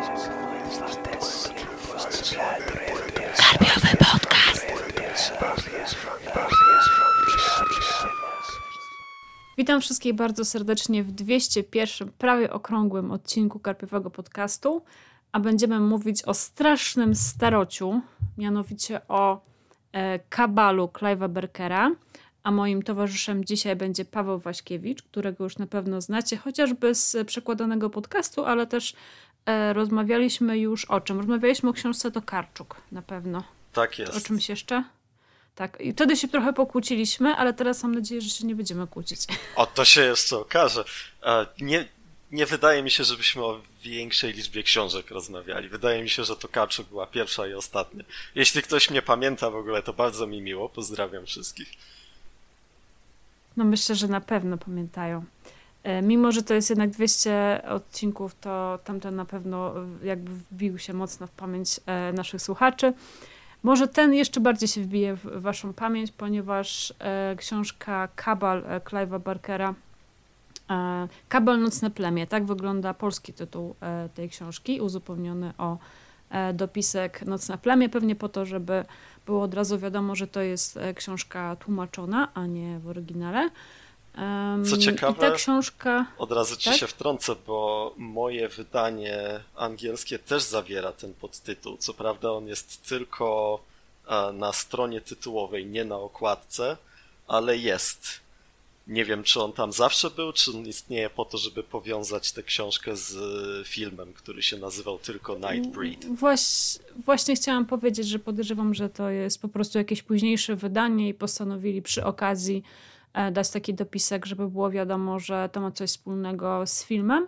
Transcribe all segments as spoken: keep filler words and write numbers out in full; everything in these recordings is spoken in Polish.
Karpiowy podcast. Witam wszystkich bardzo serdecznie w dwieście pierwszym, prawie okrągłym odcinku Karpiowego podcastu, a będziemy mówić o strasznym starociu, mianowicie o e, kabalu Clive'a Barkera, a moim towarzyszem dzisiaj będzie Paweł Waśkiewicz, którego już na pewno znacie, chociażby z przekładanego podcastu, ale też e, rozmawialiśmy już o czym? Rozmawialiśmy o książce Tokarczuk na pewno. Tak jest. O czymś jeszcze? Tak, i wtedy się trochę pokłóciliśmy, ale teraz mam nadzieję, że się nie będziemy kłócić. O, to się jeszcze okaże. Nie, nie wydaje mi się, żebyśmy o większej liczbie książek rozmawiali. Wydaje mi się, że Tokarczuk była pierwsza i ostatnia. Jeśli ktoś mnie pamięta w ogóle, to bardzo mi miło. Pozdrawiam wszystkich. No myślę, że na pewno pamiętają. Mimo, że to jest jednak dwieście odcinków, to tamten na pewno jakby wbił się mocno w pamięć naszych słuchaczy. Może ten jeszcze bardziej się wbije w waszą pamięć, ponieważ e, książka Kabal e, Clive'a Barkera, e, Kabal Nocne Plemię, tak wygląda polski tytuł e, tej książki, uzupełniony o e, dopisek Nocne Plemię, pewnie po to, żeby było od razu wiadomo, że to jest e, książka tłumaczona, a nie w oryginale. Co ciekawe, I ta książka... od razu ci tak? się wtrącę, bo moje wydanie angielskie też zawiera ten podtytuł. Co prawda on jest tylko na stronie tytułowej, nie na okładce, ale jest. Nie wiem, czy on tam zawsze był, czy on istnieje po to, żeby powiązać tę książkę z filmem, który się nazywał tylko Nightbreed. Właś, właśnie chciałam powiedzieć, że podejrzewam, że to jest po prostu jakieś późniejsze wydanie i postanowili przy okazji dać taki dopisek, żeby było wiadomo, że to ma coś wspólnego z filmem.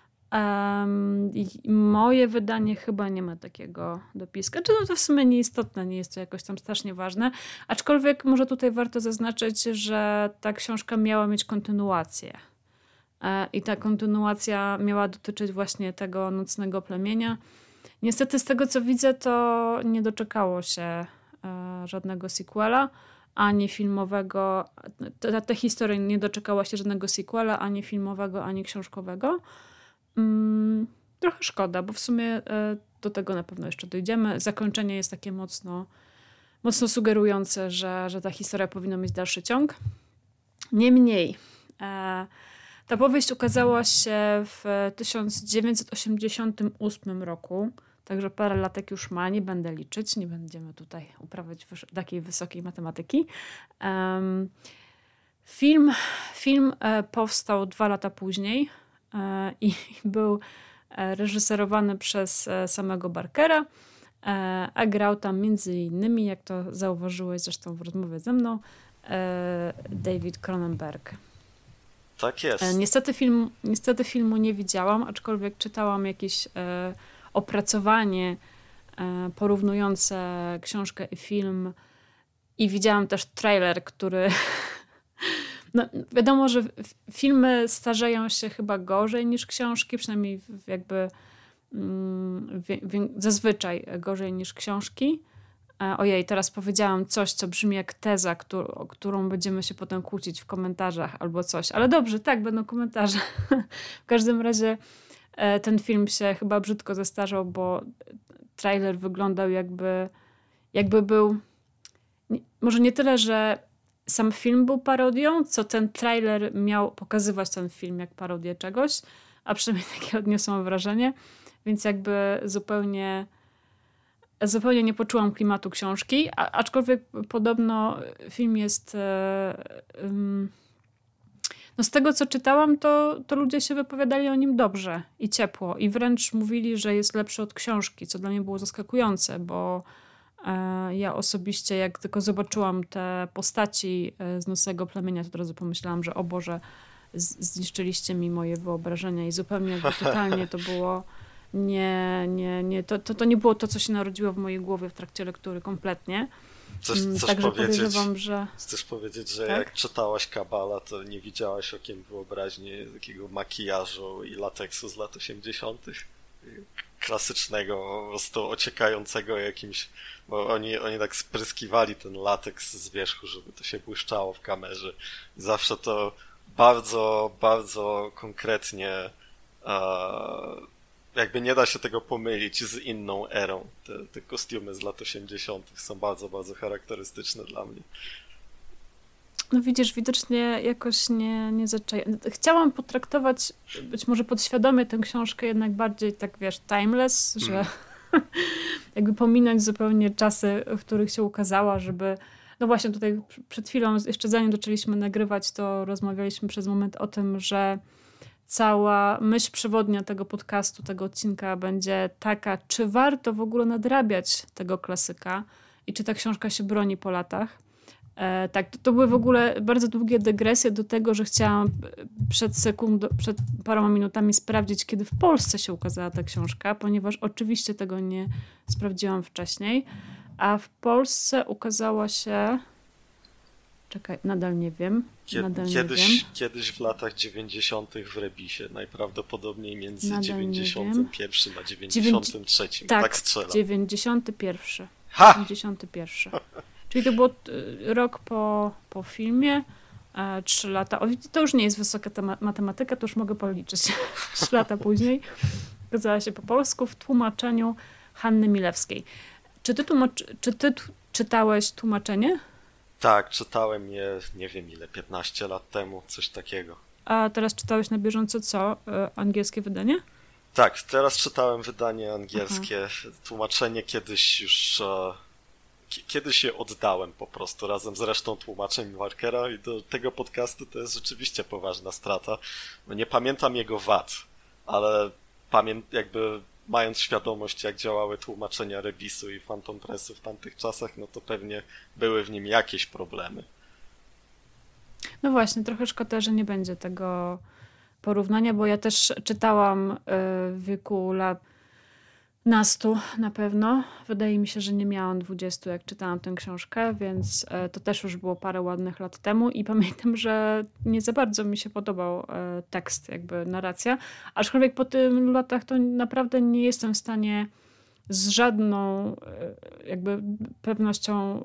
Um, i moje wydanie chyba nie ma takiego dopiska. Czy no to w sumie nieistotne, nie jest to jakoś tam strasznie ważne. Aczkolwiek może tutaj warto zaznaczyć, że ta książka miała mieć kontynuację. E, I ta kontynuacja miała dotyczyć właśnie tego Nocnego Plemienia. Niestety z tego, co widzę, to nie doczekało się e, żadnego sequela, ani filmowego. Ta, ta historia nie doczekała się żadnego sequela, ani filmowego, ani książkowego. Hmm, trochę szkoda, bo w sumie e, do tego na pewno jeszcze dojdziemy. Zakończenie jest takie mocno, mocno sugerujące, że, że ta historia powinna mieć dalszy ciąg. Niemniej, e, ta powieść ukazała się w tysiąc dziewięćset osiemdziesiątym ósmym roku, także parę latek już ma, nie będę liczyć, nie będziemy tutaj uprawiać wys- takiej wysokiej matematyki. Um, film film e, powstał dwa lata później e, i był reżyserowany przez samego Barkera, e, a grał tam między innymi, jak to zauważyłeś zresztą w rozmowie ze mną, e, David Cronenberg. Tak jest. E, niestety, film, niestety filmu nie widziałam, aczkolwiek czytałam jakieś e, opracowanie e, porównujące książkę i film i widziałam też trailer, który... no, wiadomo, że filmy starzeją się chyba gorzej niż książki, przynajmniej jakby mm, wie, wie, zazwyczaj gorzej niż książki. E, ojej, teraz powiedziałam coś, co brzmi jak teza, którą, o którą będziemy się potem kłócić w komentarzach albo coś, ale dobrze, tak, będą komentarze. W każdym razie ten film się chyba brzydko zestarzał, bo trailer wyglądał jakby, jakby był... Może nie tyle, że sam film był parodią, co ten trailer miał pokazywać ten film jak parodię czegoś, a przynajmniej takie odniosłam wrażenie, więc jakby zupełnie zupełnie nie poczułam klimatu książki, a, aczkolwiek podobno film jest... E, um, No z tego, co czytałam, to, to ludzie się wypowiadali o nim dobrze i ciepło i wręcz mówili, że jest lepszy od książki, co dla mnie było zaskakujące, bo e, ja osobiście jak tylko zobaczyłam te postaci e, z Nocnego Plemienia, to od razu pomyślałam, że o Boże, z, zniszczyliście mi moje wyobrażenia i zupełnie jakby totalnie to było nie, nie, nie to, to, to nie było to, co się narodziło w mojej głowie w trakcie lektury kompletnie. Chcesz, chcesz Także powiedzieć, podejrzewam, że... chcesz powiedzieć, że tak? Jak czytałaś Kabala, to nie widziałaś okiem wyobraźni takiego makijażu i lateksu z lat osiemdziesiątych? Klasycznego, po prostu ociekającego jakimś... Bo oni, oni tak spryskiwali ten lateks z wierzchu, żeby to się błyszczało w kamerze. I zawsze to bardzo, bardzo konkretnie e, jakby nie da się tego pomylić z inną erą. Te, te kostiumy z lat osiemdziesiątych są bardzo, bardzo charakterystyczne dla mnie. No widzisz, widocznie jakoś nie, nie zaczaję. Chciałam potraktować być może podświadomie tę książkę jednak bardziej tak, wiesz, timeless, że mm. jakby pominąć zupełnie czasy, w których się ukazała, żeby... No właśnie tutaj przed chwilą, jeszcze zanim zaczęliśmy nagrywać, to rozmawialiśmy przez moment o tym, że cała myśl przewodnia tego podcastu, tego odcinka będzie taka, czy warto w ogóle nadrabiać tego klasyka i czy ta książka się broni po latach. E, tak, to, to były w ogóle bardzo długie dygresje do tego, że chciałam przed sekundą, przed paroma minutami sprawdzić, kiedy w Polsce się ukazała ta książka, ponieważ oczywiście tego nie sprawdziłam wcześniej. A w Polsce ukazała się... Czekaj, nadal nie wiem. Nadal kiedyś, nie wiem. kiedyś w latach dziewięćdziesiątych w Rebisie, najprawdopodobniej między Nadal dziewięćdziesiątym pierwszym a dziewięćdziesiątym trzecim. Tak, tak strzelam. dziewięćdziesiąty pierwszy. Ha! dziewięćdziesiąty pierwszy. Czyli to było rok po, po filmie, e, trzy lata. O, to już nie jest wysoka tema- matematyka, to już mogę policzyć. Trzy lata później ukazała się po polsku w tłumaczeniu Hanny Milewskiej. Czy ty, tłumacz- czy ty t- czytałeś tłumaczenie? Tak, czytałem je, nie wiem ile, piętnaście lat temu, coś takiego. A teraz czytałeś na bieżąco co? E, angielskie wydanie? Tak, teraz czytałem wydanie angielskie. Aha. Tłumaczenie kiedyś już... E, k- kiedyś je oddałem po prostu, razem z resztą tłumaczeń Walkera i do tego podcastu to jest rzeczywiście poważna strata. No nie pamiętam jego wad, ale pamię- jakby... mając świadomość, jak działały tłumaczenia Rebisu i Phantom Pressu w tamtych czasach, no to pewnie były w nim jakieś problemy. No właśnie, trochę szkoda, że nie będzie tego porównania, bo ja też czytałam w wieku lat nastu na pewno. Wydaje mi się, że nie miałam dwudziestu, jak czytałam tę książkę, więc to też już było parę ładnych lat temu i pamiętam, że nie za bardzo mi się podobał tekst, jakby narracja. Aczkolwiek po tylu latach to naprawdę nie jestem w stanie z żadną jakby pewnością,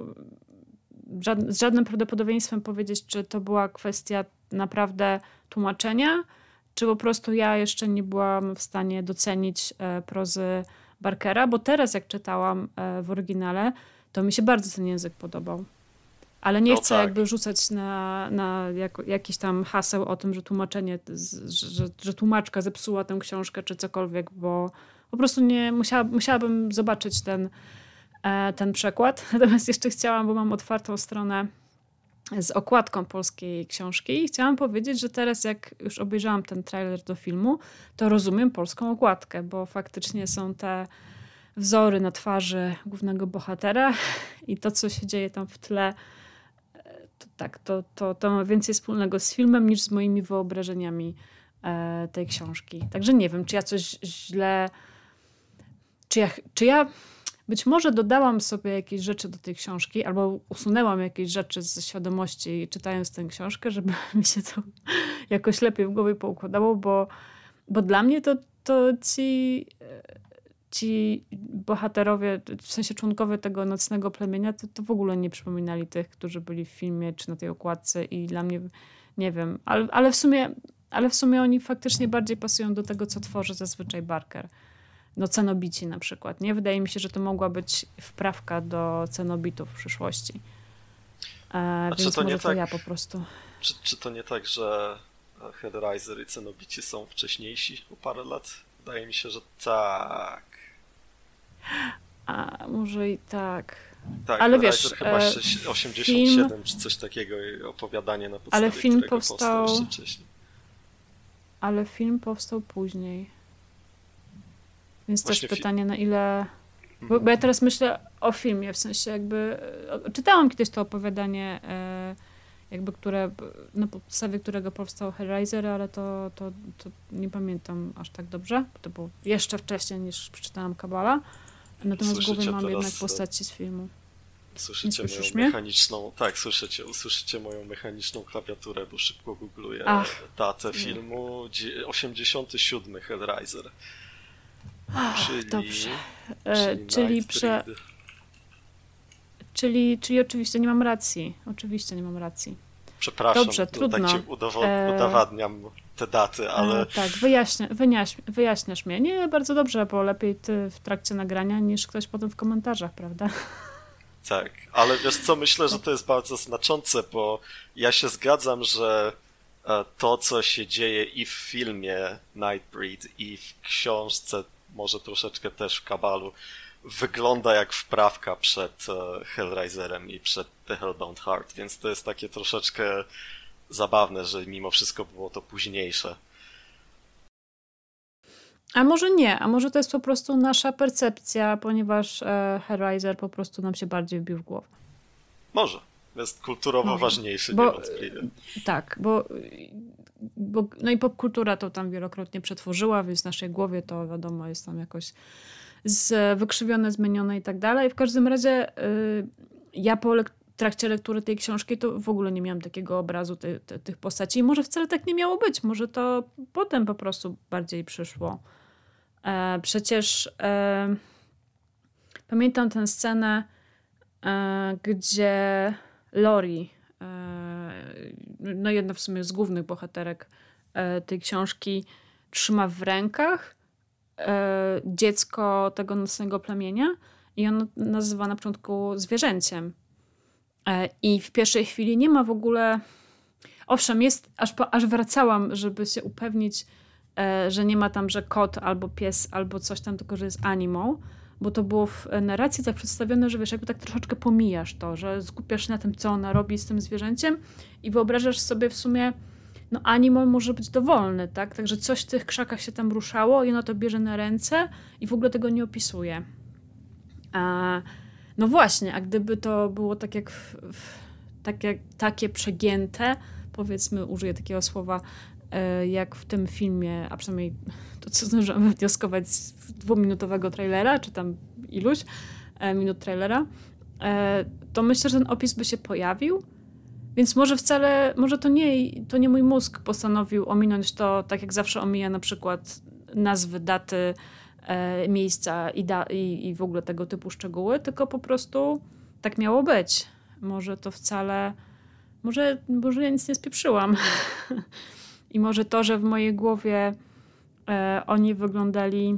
z żadnym prawdopodobieństwem powiedzieć, czy to była kwestia naprawdę tłumaczenia, czy po prostu ja jeszcze nie byłam w stanie docenić prozy Barkera, bo teraz jak czytałam w oryginale, to mi się bardzo ten język podobał. Ale nie no chcę tak. jakby rzucać na, na jako, jakiś tam haseł o tym, że tłumaczenie, że, że tłumaczka zepsuła tę książkę czy cokolwiek, bo po prostu nie musiała, musiałabym zobaczyć ten, ten przekład. Natomiast jeszcze chciałam, bo mam otwartą stronę z okładką polskiej książki i chciałam powiedzieć, że teraz jak już obejrzałam ten trailer do filmu, to rozumiem polską okładkę, bo faktycznie są te wzory na twarzy głównego bohatera i to, co się dzieje tam w tle, to tak, to, to, to ma więcej wspólnego z filmem niż z moimi wyobrażeniami e, tej książki. Także nie wiem, czy ja coś źle... Czy ja... Czy ja Być może dodałam sobie jakieś rzeczy do tej książki, albo usunęłam jakieś rzeczy ze świadomości czytając tę książkę, żeby mi się to jakoś lepiej w głowie poukładało, bo, bo dla mnie to, to ci, ci bohaterowie, w sensie członkowie tego nocnego plemienia, to, to w ogóle nie przypominali tych, którzy byli w filmie czy na tej okładce i dla mnie, nie wiem, ale, ale, w sumie, ale w sumie oni faktycznie bardziej pasują do tego, co tworzy zazwyczaj Barker. No cenobici na przykład, nie? Wydaje mi się, że to mogła być wprawka do cenobitów w przyszłości. E, A więc to może nie to tak, ja po prostu. Czy, czy to nie tak, że Hellraiser i cenobici są wcześniejsi o parę lat? Wydaje mi się, że tak. A może i tak. Tak, ale Hellraiser wiesz, chyba e, osiemdziesiąt siedem film, czy coś takiego i opowiadanie na podstawie ale film którego powstał, powstał jeszcze wcześniej. Ale film powstał później. Więc Właśnie też fi- pytanie, na ile... Bo, bo ja teraz myślę o filmie, w sensie jakby... Czytałam kiedyś to opowiadanie, jakby które, na podstawie którego powstał Hellraiser, ale to, to, to nie pamiętam aż tak dobrze, bo to było jeszcze wcześniej niż przeczytałam Kabala. Natomiast w głowie mam jednak postaci z filmu. Słyszycie moją mnie? mechaniczną... Tak, słyszycie, usłyszycie moją mechaniczną klawiaturę, bo szybko googluję Ach, datę filmu. osiemdziesiąty siódmy Hellraiser. Ach, Czyli, dobrze. E, czyli, czyli, prze... czyli, czyli oczywiście nie mam racji. Oczywiście nie mam racji. Przepraszam, Dobrze, no, trudno. tak ci udowo- udowadniam te daty, ale... E, tak, wyjaśnia, wyjaśń, wyjaśniasz mnie. Nie, bardzo dobrze, bo lepiej ty w trakcie nagrania niż ktoś potem w komentarzach, prawda? Tak, ale wiesz co, myślę, że to jest bardzo znaczące, bo ja się zgadzam, że to, co się dzieje i w filmie Nightbreed, i w książce, może troszeczkę też w Kabalu, wygląda jak wprawka przed Hellraiserem i przed The Hellbound Heart, więc to jest takie troszeczkę zabawne, że mimo wszystko było to późniejsze. A może nie, a może to jest po prostu nasza percepcja, ponieważ e, Hellraiser po prostu nam się bardziej wbił w głowę. Może. Jest kulturowo może. ważniejszy, bo, niewątpliwie. Tak, bo, bo no i popkultura to tam wielokrotnie przetworzyła, więc w naszej głowie to wiadomo jest tam jakoś z, wykrzywione, zmienione i tak dalej. W każdym razie y, ja po lek- trakcie lektury tej książki to w ogóle nie miałam takiego obrazu ty, ty, tych postaci i może wcale tak nie miało być, może to potem po prostu bardziej przyszło. E, przecież e, pamiętam tę scenę, e, gdzie Lori, e, no jedna w sumie z głównych bohaterek e, tej książki, trzyma w rękach e, dziecko tego nocnego plemienia i ono nazywa na początku zwierzęciem. E, I w pierwszej chwili nie ma w ogóle... Owszem, jest, aż, po, aż wracałam, żeby się upewnić, że nie ma tam, że kot albo pies albo coś tam, tylko że jest animal, bo to było w narracji tak przedstawione, że wiesz, jakby tak troszeczkę pomijasz to, że skupiasz się na tym, co ona robi z tym zwierzęciem i wyobrażasz sobie w sumie, no animal może być dowolny, tak? Także coś w tych krzakach się tam ruszało i ona to bierze na ręce i w ogóle tego nie opisuje. A, no właśnie, a gdyby to było tak jak, w, w, tak jak takie przegięte, powiedzmy, użyję takiego słowa, jak w tym filmie, a przynajmniej to, co zdążyłam wywnioskować z dwuminutowego trailera, czy tam iluś minut trailera, to myślę, że ten opis by się pojawił, więc może wcale, może to nie, to nie mój mózg postanowił ominąć to, tak jak zawsze omija na przykład nazwy, daty, miejsca i, da, i, i w ogóle tego typu szczegóły, tylko po prostu tak miało być. Może to wcale, może, może ja nic nie spieprzyłam. I może to, że w mojej głowie e, oni wyglądali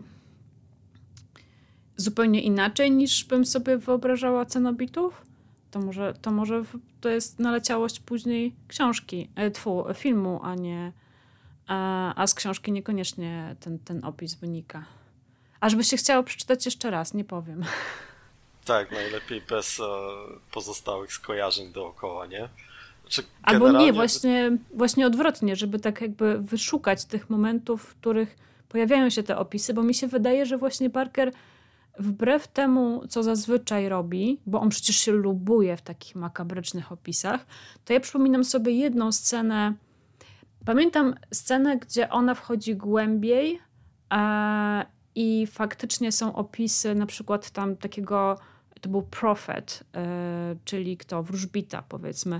zupełnie inaczej niż bym sobie wyobrażała Cenobitów, to może to, może to jest naleciałość później książki, e, tfu, filmu, a nie a, a z książki niekoniecznie ten, ten opis wynika. Aż by się chciało przeczytać jeszcze raz, nie powiem. Tak, najlepiej bez e, pozostałych skojarzeń dookoła, nie? Znaczy, albo nie, właśnie, właśnie odwrotnie, żeby tak jakby wyszukać tych momentów, w których pojawiają się te opisy, bo mi się wydaje, że właśnie Parker wbrew temu, co zazwyczaj robi, bo on przecież się lubuje w takich makabrycznych opisach, to ja przypominam sobie jedną scenę, pamiętam scenę, gdzie ona wchodzi głębiej a, i faktycznie są opisy na przykład tam takiego, to był prophet, y, czyli kto, wróżbita powiedzmy.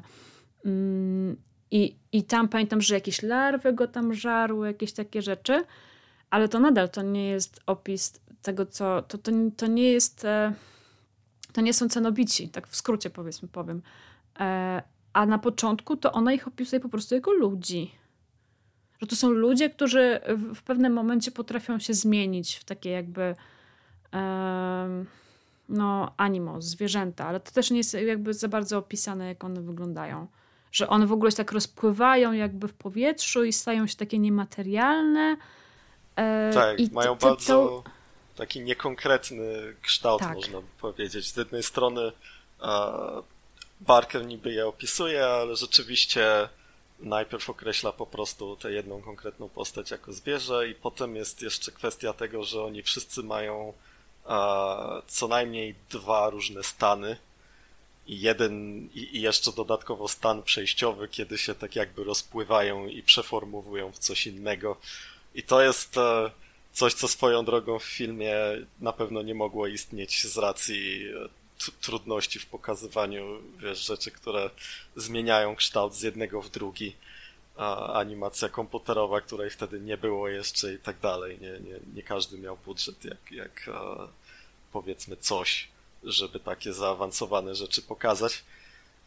I, I tam pamiętam, że jakieś larwy go tam żarły, jakieś takie rzeczy, ale to nadal to nie jest opis tego, co... To, to, to nie jest... To nie są cenobici, tak w skrócie powiedzmy powiem. A na początku to ona ich opisuje po prostu jako ludzi. Że to są ludzie, którzy w pewnym momencie potrafią się zmienić w takie jakby... Um, no, animals, zwierzęta, ale to też nie jest jakby za bardzo opisane, jak one wyglądają. Że one w ogóle się tak rozpływają jakby w powietrzu i stają się takie niematerialne. E, tak, i mają te, bardzo to... taki niekonkretny kształt, tak. Można by powiedzieć. Z jednej strony e, Barker niby je opisuje, ale rzeczywiście najpierw określa po prostu tę jedną konkretną postać jako zwierzę i potem jest jeszcze kwestia tego, że oni wszyscy mają e, co najmniej dwa różne stany. I jeden, i jeszcze dodatkowo stan przejściowy, kiedy się tak jakby rozpływają i przeformowują w coś innego. I to jest coś, co swoją drogą w filmie na pewno nie mogło istnieć z racji t- trudności w pokazywaniu, wiesz, rzeczy, które zmieniają kształt z jednego w drugi. A animacja komputerowa, której wtedy nie było jeszcze i tak dalej. Nie, nie, nie każdy miał budżet jak, jak powiedzmy coś, żeby takie zaawansowane rzeczy pokazać.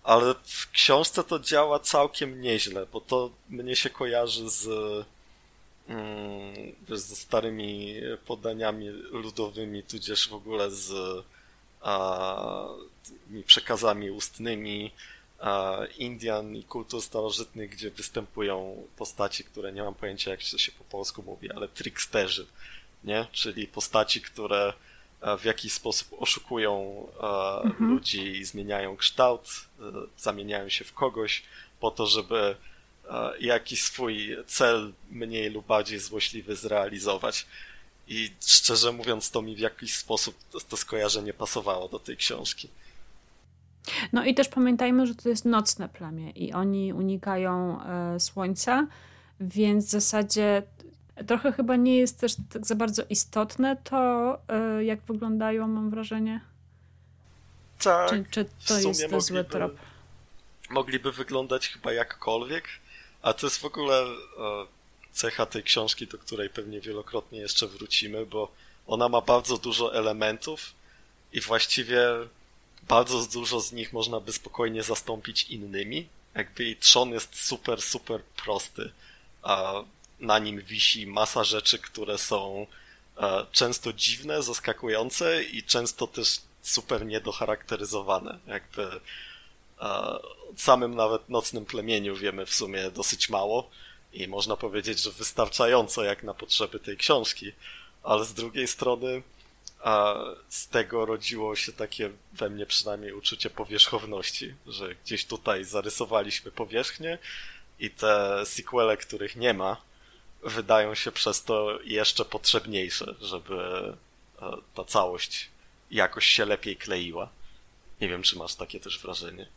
ale w książce to działa całkiem nieźle, bo to mnie się kojarzy z mm, wiesz, ze starymi podaniami ludowymi, tudzież w ogóle z a, tymi przekazami ustnymi a, Indian i kultur starożytnych, gdzie występują postaci, które nie mam pojęcia, jak to się po polsku mówi, ale tricksterzy, nie? Czyli postaci, które w jakiś sposób oszukują mhm. ludzi i zmieniają kształt, zamieniają się w kogoś po to, żeby jakiś swój cel mniej lub bardziej złośliwy zrealizować. I szczerze mówiąc, to mi w jakiś sposób to, to skojarzenie pasowało do tej książki. No i też pamiętajmy, że to jest nocne plemię i oni unikają e, słońca, więc w zasadzie trochę chyba nie jest też tak za bardzo istotne to, e, jak wyglądają, mam wrażenie. Tak. Czy, czy to jest to zły trop? Mogliby wyglądać chyba jakkolwiek, a to jest w ogóle e, cecha tej książki, do której pewnie wielokrotnie jeszcze wrócimy, bo ona ma bardzo dużo elementów i właściwie bardzo dużo z nich można by spokojnie zastąpić innymi. Jakby jej trzon jest super, super prosty, a na nim wisi masa rzeczy, które są e, często dziwne, zaskakujące i często też super niedocharakteryzowane. Jakby e, o samym nawet nocnym plemieniu wiemy w sumie dosyć mało i można powiedzieć, że wystarczająco jak na potrzeby tej książki, ale z drugiej strony a z tego rodziło się takie we mnie przynajmniej uczucie powierzchowności, że gdzieś tutaj zarysowaliśmy powierzchnię i te sequele, których nie ma, wydają się przez to jeszcze potrzebniejsze, żeby ta całość jakoś się lepiej kleiła. Nie wiem, czy masz takie też wrażenie.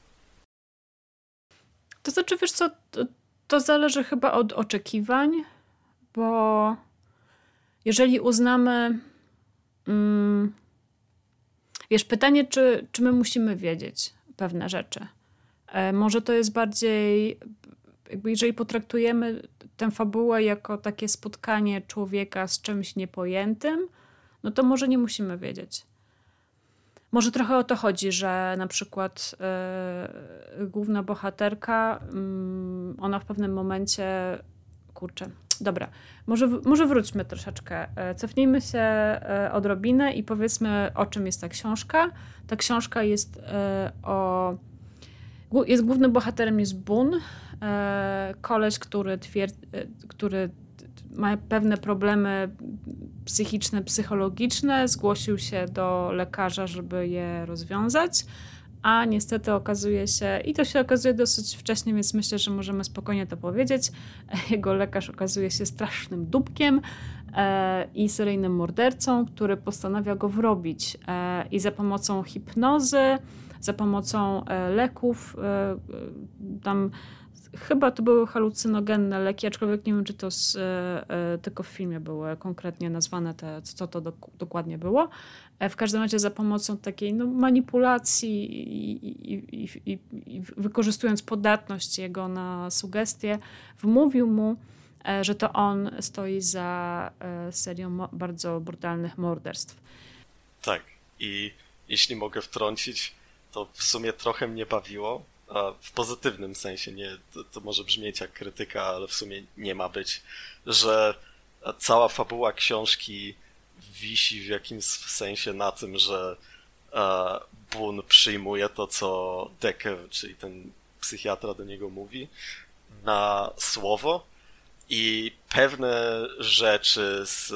To znaczy, wiesz co, to, to zależy chyba od oczekiwań, bo jeżeli uznamy mm, wiesz, pytanie, czy, czy my musimy wiedzieć pewne rzeczy. E, może to jest bardziej, jakby jeżeli potraktujemy tę fabułę jako takie spotkanie człowieka z czymś niepojętym, no to może nie musimy wiedzieć. Może trochę o to chodzi, że na przykład yy, główna bohaterka, yy, ona w pewnym momencie, kurczę, dobra, może, może wróćmy troszeczkę, yy, cofnijmy się yy, odrobinę i powiedzmy, o czym jest ta książka. Ta książka jest yy, o, jest głównym bohaterem jest Boone, yy, koleś, który twierdzi, yy, który ma pewne problemy psychiczne, psychologiczne, zgłosił się do lekarza, żeby je rozwiązać, a niestety okazuje się, i to się okazuje dosyć wcześnie, więc myślę, że możemy spokojnie to powiedzieć, jego lekarz okazuje się strasznym dupkiem e, i seryjnym mordercą, który postanawia go wrobić e, i za pomocą hipnozy, za pomocą e, leków, e, tam chyba to były halucynogenne leki, aczkolwiek nie wiem, czy to z, e, tylko w filmie były konkretnie nazwane, te, co to do, dokładnie było. E, w każdym razie za pomocą takiej no, manipulacji i, i, i, i, i wykorzystując podatność jego na sugestie, wmówił mu, e, że to on stoi za e, serią mo- bardzo brutalnych morderstw. Tak. I jeśli mogę wtrącić, to w sumie trochę mnie bawiło, w pozytywnym sensie, nie, to, to może brzmieć jak krytyka, ale w sumie nie ma być, że cała fabuła książki wisi w jakimś sensie na tym, że Boone przyjmuje to, co Decker, czyli ten psychiatra do niego mówi, na słowo i pewne rzeczy z,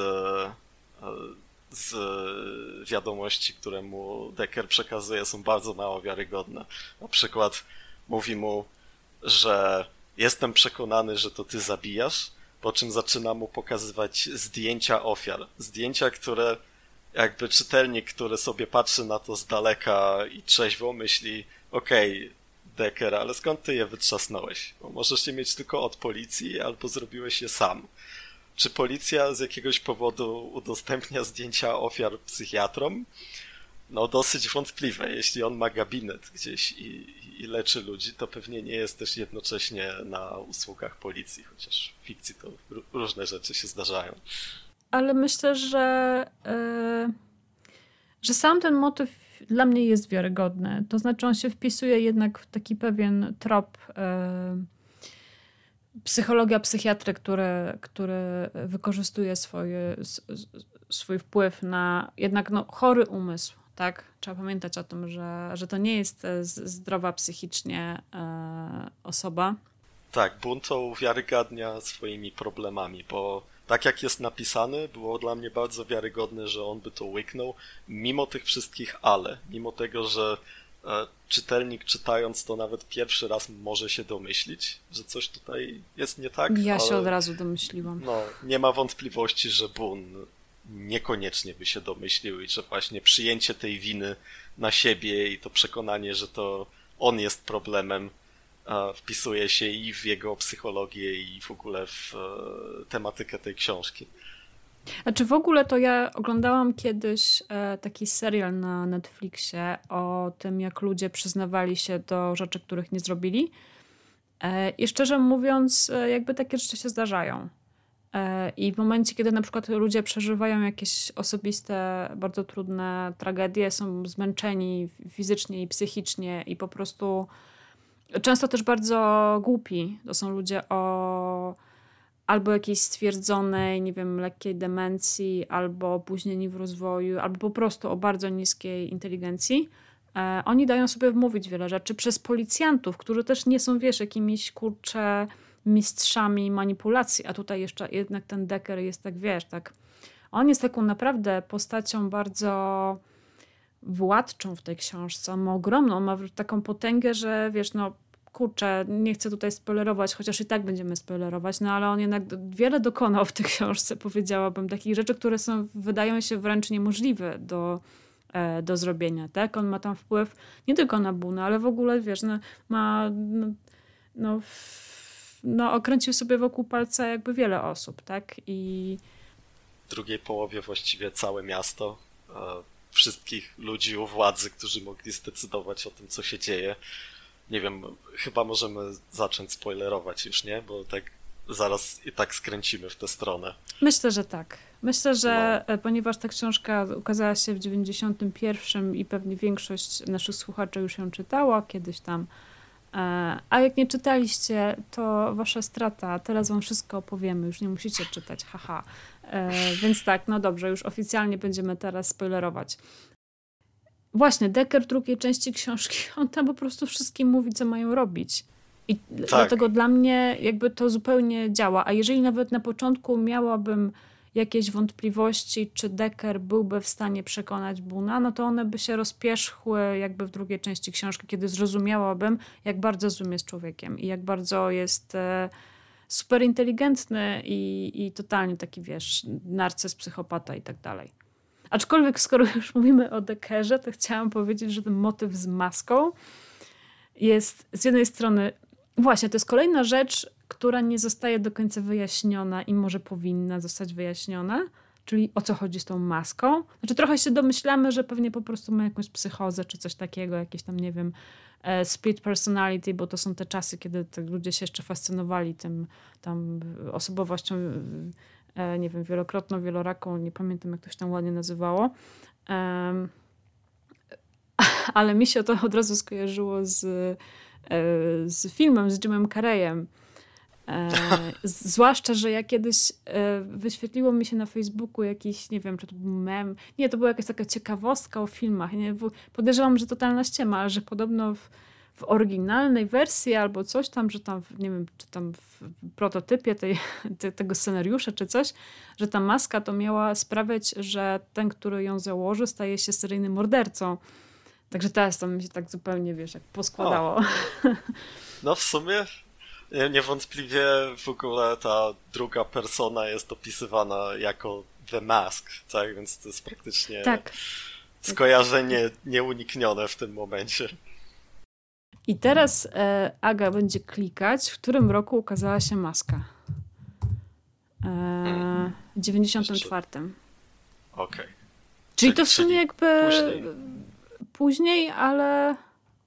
z wiadomości, które mu Decker przekazuje, są bardzo mało wiarygodne. Na przykład mówi mu, że jestem przekonany, że to ty zabijasz, po czym zaczyna mu pokazywać zdjęcia ofiar. Zdjęcia, które jakby czytelnik, który sobie patrzy na to z daleka i trzeźwo myśli, okej, okay, Decker, ale skąd ty je wytrzasnąłeś? Bo możesz je mieć tylko od policji, albo zrobiłeś je sam. Czy policja z jakiegoś powodu udostępnia zdjęcia ofiar psychiatrom? No dosyć wątpliwe. Jeśli on ma gabinet gdzieś i, i leczy ludzi, to pewnie nie jest też jednocześnie na usługach policji, chociaż w fikcji to r- różne rzeczy się zdarzają. Ale myślę, że, yy, że sam ten motyw dla mnie jest wiarygodny. To znaczy on się wpisuje jednak w taki pewien trop e, psychologia, psychiatry, który, który wykorzystuje swoje, swój wpływ na jednak no, chory umysł. Tak? Trzeba pamiętać o tym, że, że to nie jest zdrowa psychicznie e, osoba. Tak, Boone to uwiarygadnia swoimi problemami, bo tak jak jest napisany, było dla mnie bardzo wiarygodne, że on by to łyknął, mimo tych wszystkich ale, mimo tego, że e, czytelnik czytając to nawet pierwszy raz może się domyślić, że coś tutaj jest nie tak. Ja ale, się od razu domyśliłam. No, nie ma wątpliwości, że Boone niekoniecznie by się domyślił i że właśnie przyjęcie tej winy na siebie i to przekonanie, że to on jest problemem, wpisuje się i w jego psychologię i w ogóle w tematykę tej książki. A czy w ogóle to ja oglądałam kiedyś taki serial na Netflixie o tym, jak ludzie przyznawali się do rzeczy, których nie zrobili. I szczerze mówiąc, jakby takie rzeczy się zdarzają. I w momencie, kiedy na przykład ludzie przeżywają jakieś osobiste, bardzo trudne tragedie, są zmęczeni fizycznie i psychicznie i po prostu często też bardzo głupi. To są ludzie o albo jakiejś stwierdzonej, nie wiem, lekkiej demencji, albo opóźnieni w rozwoju, albo po prostu o bardzo niskiej inteligencji. E, oni dają sobie wmówić wiele rzeczy przez policjantów, którzy też nie są, wiesz, jakimiś, kurcze, mistrzami manipulacji, a tutaj jeszcze jednak ten Decker jest tak, wiesz, tak, on jest taką naprawdę postacią bardzo władczą w tej książce. On ma ogromną, on ma taką potęgę, że wiesz, no kurczę, nie chcę tutaj spoilerować, chociaż i tak będziemy spoilerować, no ale on jednak wiele dokonał w tej książce, powiedziałabym, takich rzeczy, które są, wydają się wręcz niemożliwe do, e, do zrobienia, tak? On ma tam wpływ nie tylko na Boona, ale w ogóle, wiesz, no, ma no, no, no okręcił sobie wokół palca jakby wiele osób, tak? I w drugiej połowie właściwie całe miasto, e, wszystkich ludzi u władzy, którzy mogli zdecydować o tym, co się dzieje. Nie wiem, chyba możemy zacząć spoilerować już, nie? Bo tak zaraz i tak skręcimy w tę stronę. Myślę, że tak. Myślę, że no. ponieważ ta książka ukazała się w dziewięćdziesiątym pierwszym i pewnie większość naszych słuchaczy już ją czytała kiedyś tam, a jak nie czytaliście, to wasza strata. Teraz wam wszystko opowiemy, już nie musicie czytać, haha. Więc tak, no dobrze, już oficjalnie będziemy teraz spoilerować. Właśnie, Decker w drugiej części książki, on tam po prostu wszystkim mówi, co mają robić. I tak. Dlatego dla mnie jakby to zupełnie działa. A jeżeli nawet na początku miałabym jakieś wątpliwości, czy Decker byłby w stanie przekonać Boona, no to one by się rozpierzchły jakby w drugiej części książki, kiedy zrozumiałabym, jak bardzo złym jest człowiekiem i jak bardzo jest e, super inteligentny i, i totalnie taki, wiesz, narcyz, psychopata i tak dalej. Aczkolwiek skoro już mówimy o Deckerze, to chciałam powiedzieć, że ten motyw z maską jest z jednej strony, właśnie to jest kolejna rzecz, która nie zostaje do końca wyjaśniona i może powinna zostać wyjaśniona, czyli o co chodzi z tą maską. Znaczy trochę się domyślamy, że pewnie po prostu ma jakąś psychozę czy coś takiego, jakieś tam, nie wiem, split personality, bo to są te czasy, kiedy te ludzie się jeszcze fascynowali tym tam osobowością, nie wiem, wielokrotną, wieloraką, nie pamiętam jak to się tam ładnie nazywało. Um, ale mi się to od razu skojarzyło z, z filmem, z Jimem Carreyem. E, zwłaszcza, że ja kiedyś e, wyświetliło mi się na Facebooku jakiś, nie wiem, czy to był mem, nie, to była jakaś taka ciekawostka o filmach. Nie? Podejrzewam, że totalna ściema, ale że podobno w, w oryginalnej wersji albo coś tam, że tam, nie wiem, czy tam w prototypie tej, te, tego scenariusza czy coś, że ta maska to miała sprawiać, że ten, który ją założy, staje się seryjnym mordercą. Także teraz to mi się tak zupełnie, wiesz, jak poskładało. O. No w sumie niewątpliwie w ogóle ta druga persona jest opisywana jako The Mask, tak? Więc to jest praktycznie tak. skojarzenie nieuniknione w tym momencie. I teraz e, Aga będzie klikać, w którym roku ukazała się Maska. E, w dziewięćdziesiątym czwartym. Okej. Okay. Czyli, czyli to w sumie jakby później, później ale...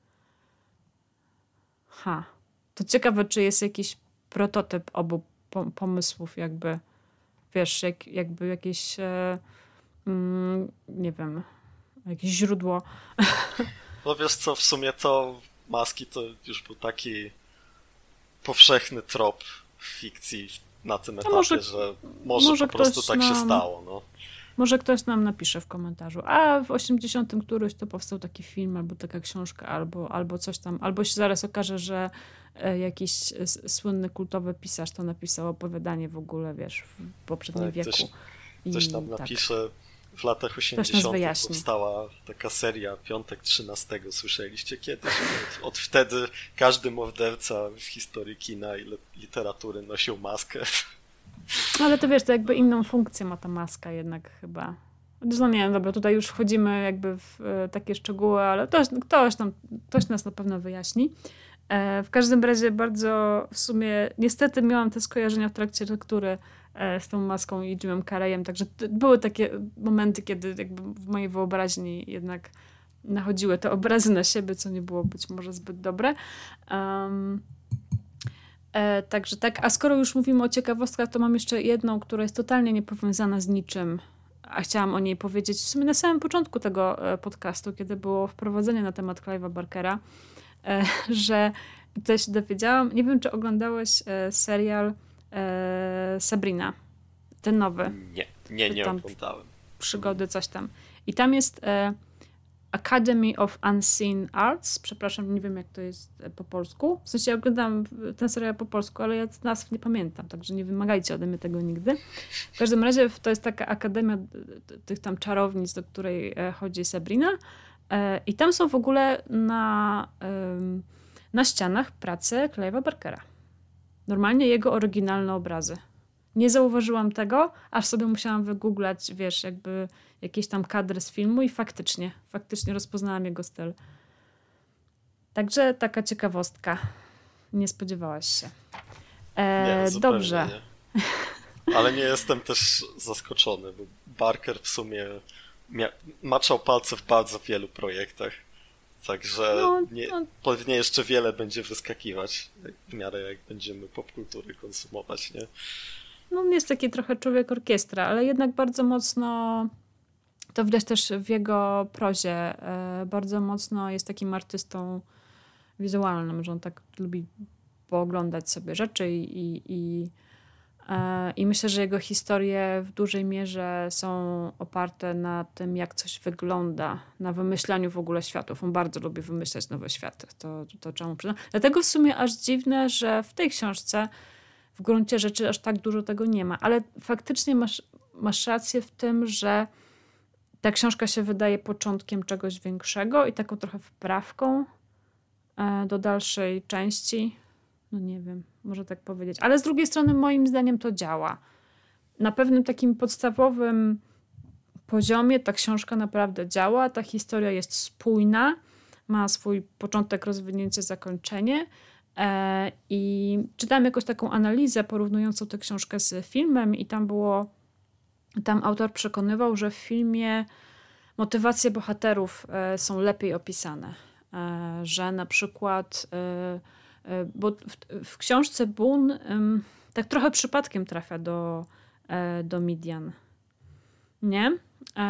Ha. To ciekawe, czy jest jakiś prototyp obu pomysłów, jakby, wiesz, jak, jakby jakieś, e, mm, nie wiem, jakieś źródło. No wiesz co, w sumie to maski to już był taki powszechny trop w fikcji na tym etapie, może, że może, może po prostu tak nam, się stało. No. Może ktoś nam napisze w komentarzu, a w osiemdziesiątym któryś to powstał taki film, albo taka książka, albo, albo coś tam, albo się zaraz okaże, że jakiś słynny, kultowy pisarz to napisał opowiadanie w ogóle, wiesz, w poprzednim tak, wieku. Ktoś, ktoś tam I, napisze, tak. W latach osiemdziesiątych powstała taka seria Piątek trzynastego. Słyszeliście kiedyś? Od, od wtedy każdy morderca w historii kina i literatury nosił maskę. Ale to wiesz, to jakby inną funkcję ma ta maska jednak chyba. No nie wiem, dobra, tutaj już wchodzimy jakby w takie szczegóły, ale ktoś, ktoś, tam, ktoś nas na pewno wyjaśni. W każdym razie bardzo w sumie, niestety miałam te skojarzenia w trakcie lektury z tą maską i Jimem Carreyem, także były takie momenty, kiedy jakby w mojej wyobraźni jednak nachodziły te obrazy na siebie, co nie było być może zbyt dobre. Um, e, także tak, a skoro już mówimy o ciekawostkach, to mam jeszcze jedną, która jest totalnie niepowiązana z niczym, a chciałam o niej powiedzieć w sumie na samym początku tego podcastu, kiedy było wprowadzenie na temat Clive'a Barkera, e, że tutaj się dowiedziałam, nie wiem, czy oglądałeś e, serial e, Sabrina, ten nowy. Nie, nie, nie oglądałem. Przygody, coś tam. I tam jest e, Academy of Unseen Arts, przepraszam, nie wiem jak to jest po polsku. W sensie ja oglądam ten serial po polsku, ale ja nazw nie pamiętam, także nie wymagajcie ode mnie tego nigdy. W każdym razie to jest taka akademia tych tam czarownic, do której chodzi Sabrina e, i tam są w ogóle na, e, na ścianach prace Clive'a Barkera. Normalnie jego oryginalne obrazy. Nie zauważyłam tego, aż sobie musiałam wygooglać, wiesz, jakby jakieś tam kadry z filmu i faktycznie, faktycznie rozpoznałam jego styl. Także taka ciekawostka. Nie spodziewałaś się. E, nie, dobrze. Nie. Ale nie jestem też zaskoczony, bo Barker w sumie mia- maczał palce w bardzo wielu projektach. Także no, nie, no. pewnie jeszcze wiele będzie wyskakiwać w miarę jak będziemy popkultury konsumować, nie? No on jest taki trochę człowiek orkiestra, ale jednak bardzo mocno, to widać też w jego prozie, bardzo mocno jest takim artystą wizualnym, że on tak lubi pooglądać sobie rzeczy i, i, i, i myślę, że jego historie w dużej mierze są oparte na tym, jak coś wygląda, na wymyślaniu w ogóle światów. On bardzo lubi wymyślać nowe światy. To, to czemu przyznam. Dlatego w sumie aż dziwne, że w tej książce w gruncie rzeczy aż tak dużo tego nie ma. Ale faktycznie masz, masz rację w tym, że ta książka się wydaje początkiem czegoś większego i taką trochę wprawką do dalszej części. No nie wiem, może tak powiedzieć. Ale z drugiej strony moim zdaniem to działa. Na pewnym takim podstawowym poziomie ta książka naprawdę działa. Ta historia jest spójna, ma swój początek, rozwinięcie, zakończenie. I czytałam jakąś taką analizę porównującą tę książkę z filmem i tam było, tam autor przekonywał, że w filmie motywacje bohaterów są lepiej opisane. Że na przykład, bo w, w książce Boone tak trochę przypadkiem trafia do, do Midian. Nie?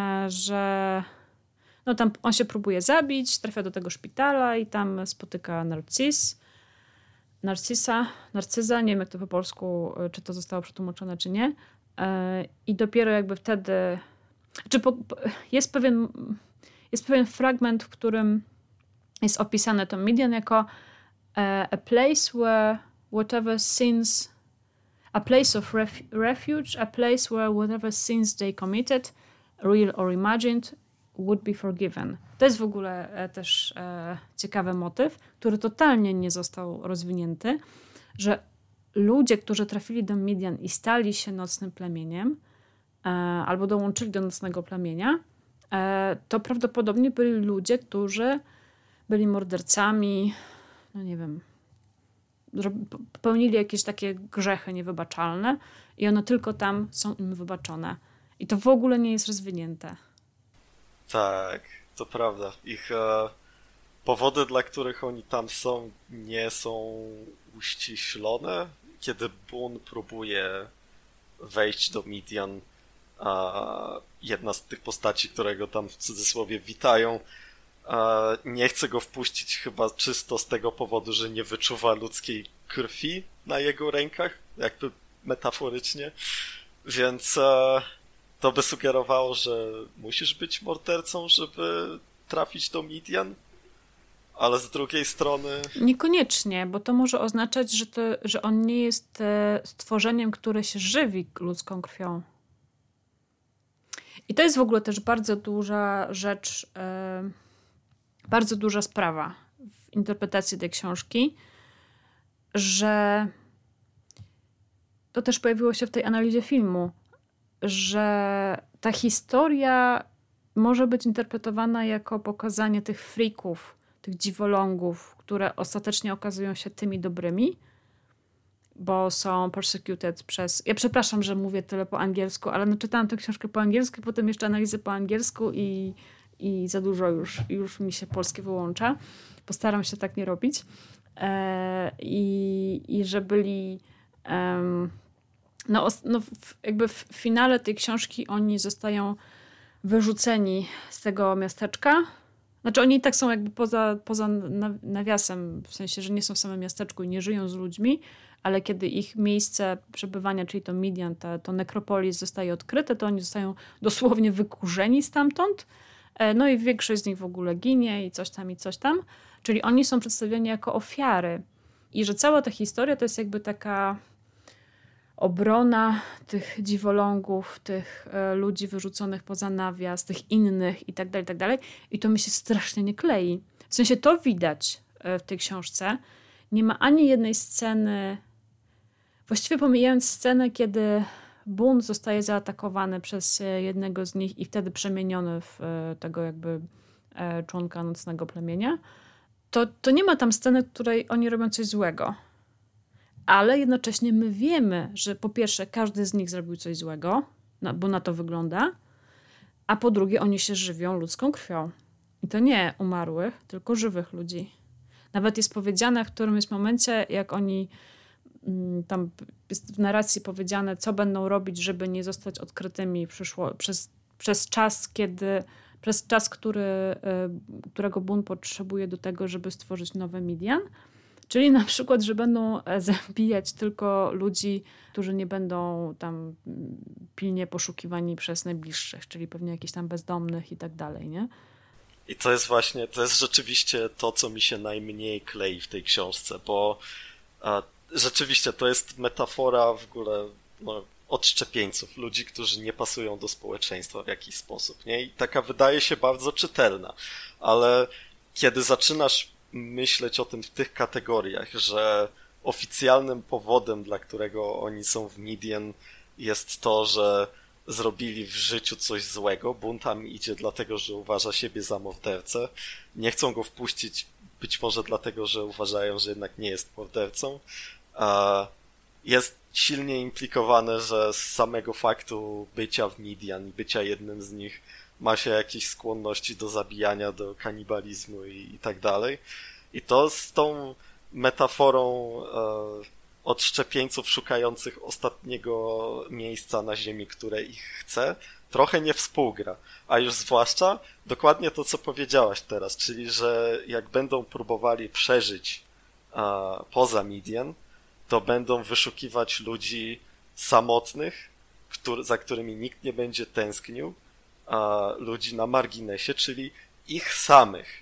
Że no tam on się próbuje zabić, trafia do tego szpitala i tam spotyka Narcis. Narcisa, Narcyza, nie wiem jak to po polsku, czy to zostało przetłumaczone, czy nie. I dopiero jakby wtedy, czy po, jest pewien, jest pewien fragment, w którym jest opisane to Midian jako a place where whatever sins, a place of ref, refuge, a place where whatever sins they committed, real or imagined, would be forgiven. To jest w ogóle e, też e, ciekawy motyw, który totalnie nie został rozwinięty, że ludzie, którzy trafili do Midian i stali się nocnym plemieniem e, albo dołączyli do nocnego plemienia, e, to prawdopodobnie byli ludzie, którzy byli mordercami, no nie wiem, popełnili jakieś takie grzechy niewybaczalne i one tylko tam są im wybaczone. I to w ogóle nie jest rozwinięte. Tak, to prawda. Ich e, powody, dla których oni tam są, nie są uściślone. Kiedy Boone próbuje wejść do Midian, a jedna z tych postaci, które go tam w cudzysłowie witają, a nie chce go wpuścić chyba czysto z tego powodu, że nie wyczuwa ludzkiej krwi na jego rękach, jakby metaforycznie, więc e, to by sugerowało, że musisz być mordercą, żeby trafić do Midian, ale z drugiej strony... Niekoniecznie, bo to może oznaczać, że, to, że on nie jest e, stworzeniem, które się żywi ludzką krwią. I to jest w ogóle też bardzo duża rzecz, e, bardzo duża sprawa w interpretacji tej książki, że to też pojawiło się w tej analizie filmu, że ta historia może być interpretowana jako pokazanie tych freaków, tych dziwolągów, które ostatecznie okazują się tymi dobrymi, bo są persecuted przez... Ja przepraszam, że mówię tyle po angielsku, ale no czytałam tę książkę po angielsku, potem jeszcze analizę po angielsku i, i za dużo już, już mi się polskie wyłącza. Postaram się tak nie robić. E, i, I że byli... Um, no, no jakby w finale tej książki oni zostają wyrzuceni z tego miasteczka. Znaczy oni i tak są jakby poza, poza nawiasem, w sensie, że nie są w samym miasteczku i nie żyją z ludźmi, ale kiedy ich miejsce przebywania, czyli to Midian, to, to nekropolis zostaje odkryte, to oni zostają dosłownie wykurzeni stamtąd. No i większość z nich w ogóle ginie i coś tam i coś tam. Czyli oni są przedstawieni jako ofiary. I że cała ta historia to jest jakby taka obrona tych dziwolągów, tych e, ludzi wyrzuconych poza nawias, tych innych i tak dalej, i tak dalej. I to mi się strasznie nie klei. W sensie to widać e, w tej książce. Nie ma ani jednej sceny, właściwie pomijając scenę, kiedy Boone zostaje zaatakowany przez e, jednego z nich i wtedy przemieniony w e, tego jakby e, członka nocnego plemienia, to, to nie ma tam sceny, w której oni robią coś złego. Ale jednocześnie my wiemy, że po pierwsze każdy z nich zrobił coś złego, no, bo na to wygląda, a po drugie oni się żywią ludzką krwią. I to nie umarłych, tylko żywych ludzi. Nawet jest powiedziane w którymś momencie, jak oni, tam jest w narracji powiedziane, co będą robić, żeby nie zostać odkrytymi przyszło, przez, przez czas, kiedy, przez czas, który, którego Boone potrzebuje do tego, żeby stworzyć nowe Midian. Czyli na przykład, że będą zabijać tylko ludzi, którzy nie będą tam pilnie poszukiwani przez najbliższych, czyli pewnie jakichś tam bezdomnych i tak dalej, nie? I to jest właśnie, to jest rzeczywiście to, co mi się najmniej klei w tej książce, bo a, rzeczywiście to jest metafora w ogóle no, odszczepieńców, ludzi, którzy nie pasują do społeczeństwa w jakiś sposób, nie? I taka wydaje się bardzo czytelna, ale kiedy zaczynasz myśleć o tym w tych kategoriach, że oficjalnym powodem, dla którego oni są w Midian, jest to, że zrobili w życiu coś złego. Boone tam idzie dlatego, że uważa siebie za mordercę. Nie chcą go wpuścić być może dlatego, że uważają, że jednak nie jest mordercą. Jest silnie implikowane, że z samego faktu bycia w Midian i bycia jednym z nich ma się jakieś skłonności do zabijania, do kanibalizmu i, i tak dalej. I to z tą metaforą e, odszczepieńców szukających ostatniego miejsca na ziemi, które ich chce, trochę nie współgra. A już zwłaszcza dokładnie to, co powiedziałaś teraz, czyli że jak będą próbowali przeżyć e, poza Midian, to będą wyszukiwać ludzi samotnych, który, za którymi nikt nie będzie tęsknił, a ludzi na marginesie, czyli ich samych.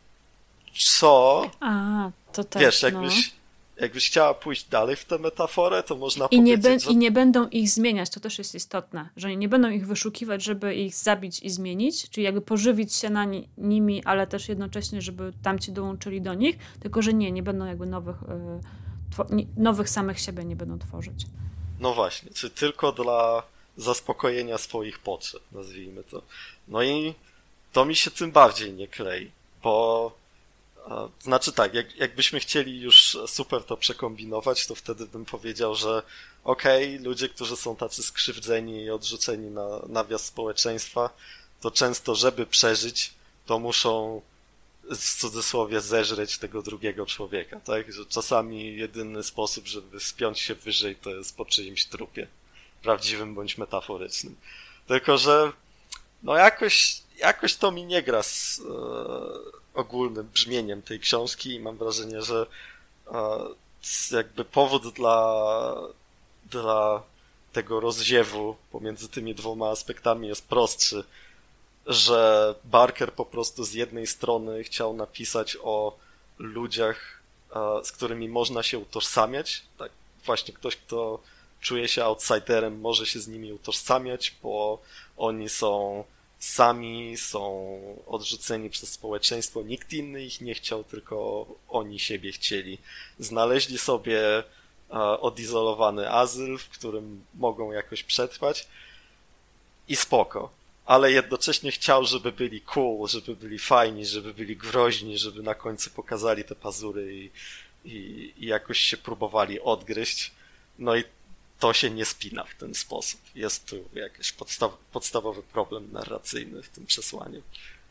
Co? A, to też, wiesz, jakbyś, no. jakbyś chciała pójść dalej w tę metaforę, to można I powiedzieć, nie be- że... I nie będą ich zmieniać, to też jest istotne, że nie będą ich wyszukiwać, żeby ich zabić i zmienić, czyli jakby pożywić się na ni- nimi, ale też jednocześnie, żeby tamci dołączyli do nich, tylko że nie, nie będą jakby nowych, yy, two- nie, nowych samych siebie nie będą tworzyć. No właśnie, czy tylko dla zaspokojenia swoich potrzeb, nazwijmy to. No i to mi się tym bardziej nie klei, bo a, znaczy tak, jak, jakbyśmy chcieli już super to przekombinować, to wtedy bym powiedział, że okej, okay, ludzie, którzy są tacy skrzywdzeni i odrzuceni na nawias społeczeństwa, to często, żeby przeżyć, to muszą w cudzysłowie zeżreć tego drugiego człowieka, tak? Że czasami jedyny sposób, żeby wspiąć się wyżej, to jest po czyimś trupie. Prawdziwym bądź metaforycznym. Tylko że no jakoś, jakoś to mi nie gra z e, ogólnym brzmieniem tej książki i mam wrażenie, że e, jakby powód dla, dla tego rozziewu pomiędzy tymi dwoma aspektami jest prostszy, że Barker po prostu z jednej strony chciał napisać o ludziach, e, z którymi można się utożsamiać, tak właśnie ktoś, kto czuje się outsiderem, może się z nimi utożsamiać, bo oni są sami, są odrzuceni przez społeczeństwo, nikt inny ich nie chciał, tylko oni siebie chcieli. Znaleźli sobie odizolowany azyl, w którym mogą jakoś przetrwać i spoko. Ale jednocześnie chciał, żeby byli cool, żeby byli fajni, żeby byli groźni, żeby na końcu pokazali te pazury i, i, i jakoś się próbowali odgryźć. No i to się nie spina w ten sposób. Jest tu jakiś podstaw, podstawowy problem narracyjny w tym przesłaniu.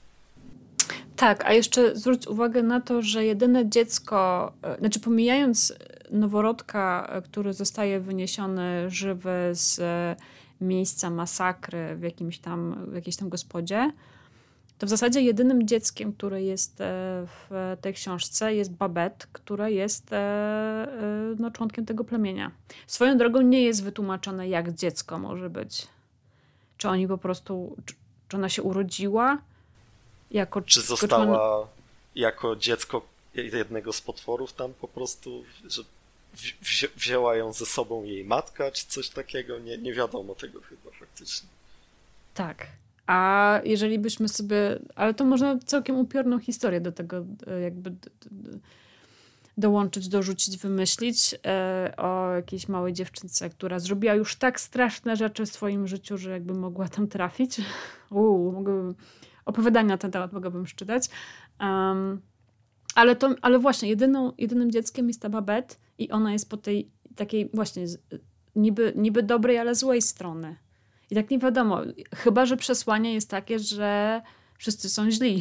Tak, a jeszcze zwróć uwagę na to, że jedyne dziecko, znaczy pomijając noworodka, który zostaje wyniesiony żywy z miejsca masakry w jakimś tam, w jakiejś tam gospodzie, to w zasadzie jedynym dzieckiem, które jest w tej książce, jest Babette, która jest no, członkiem tego plemienia. Swoją drogą nie jest wytłumaczone, jak dziecko może być. Czy oni po prostu, czy, czy ona się urodziła jako... Czy została jako dziecko jednego z potworów tam po prostu, że wzi- wzięła ją ze sobą jej matka, czy coś takiego? Nie, nie wiadomo tego chyba faktycznie. Tak. A jeżeli byśmy sobie... Ale to można całkiem upiorną historię do tego jakby d- d- dołączyć, dorzucić, wymyślić e, o jakiejś małej dziewczynce, która zrobiła już tak straszne rzeczy w swoim życiu, że jakby mogła tam trafić. Uuu, mogłabym... Opowiadania na ten temat mogłabym czytać. Um, ale, to, ale właśnie jedyną, jedynym dzieckiem jest ta Babette i ona jest po tej takiej właśnie z, niby, niby dobrej, ale złej strony. I tak nie wiadomo, chyba że przesłanie jest takie, że wszyscy są źli.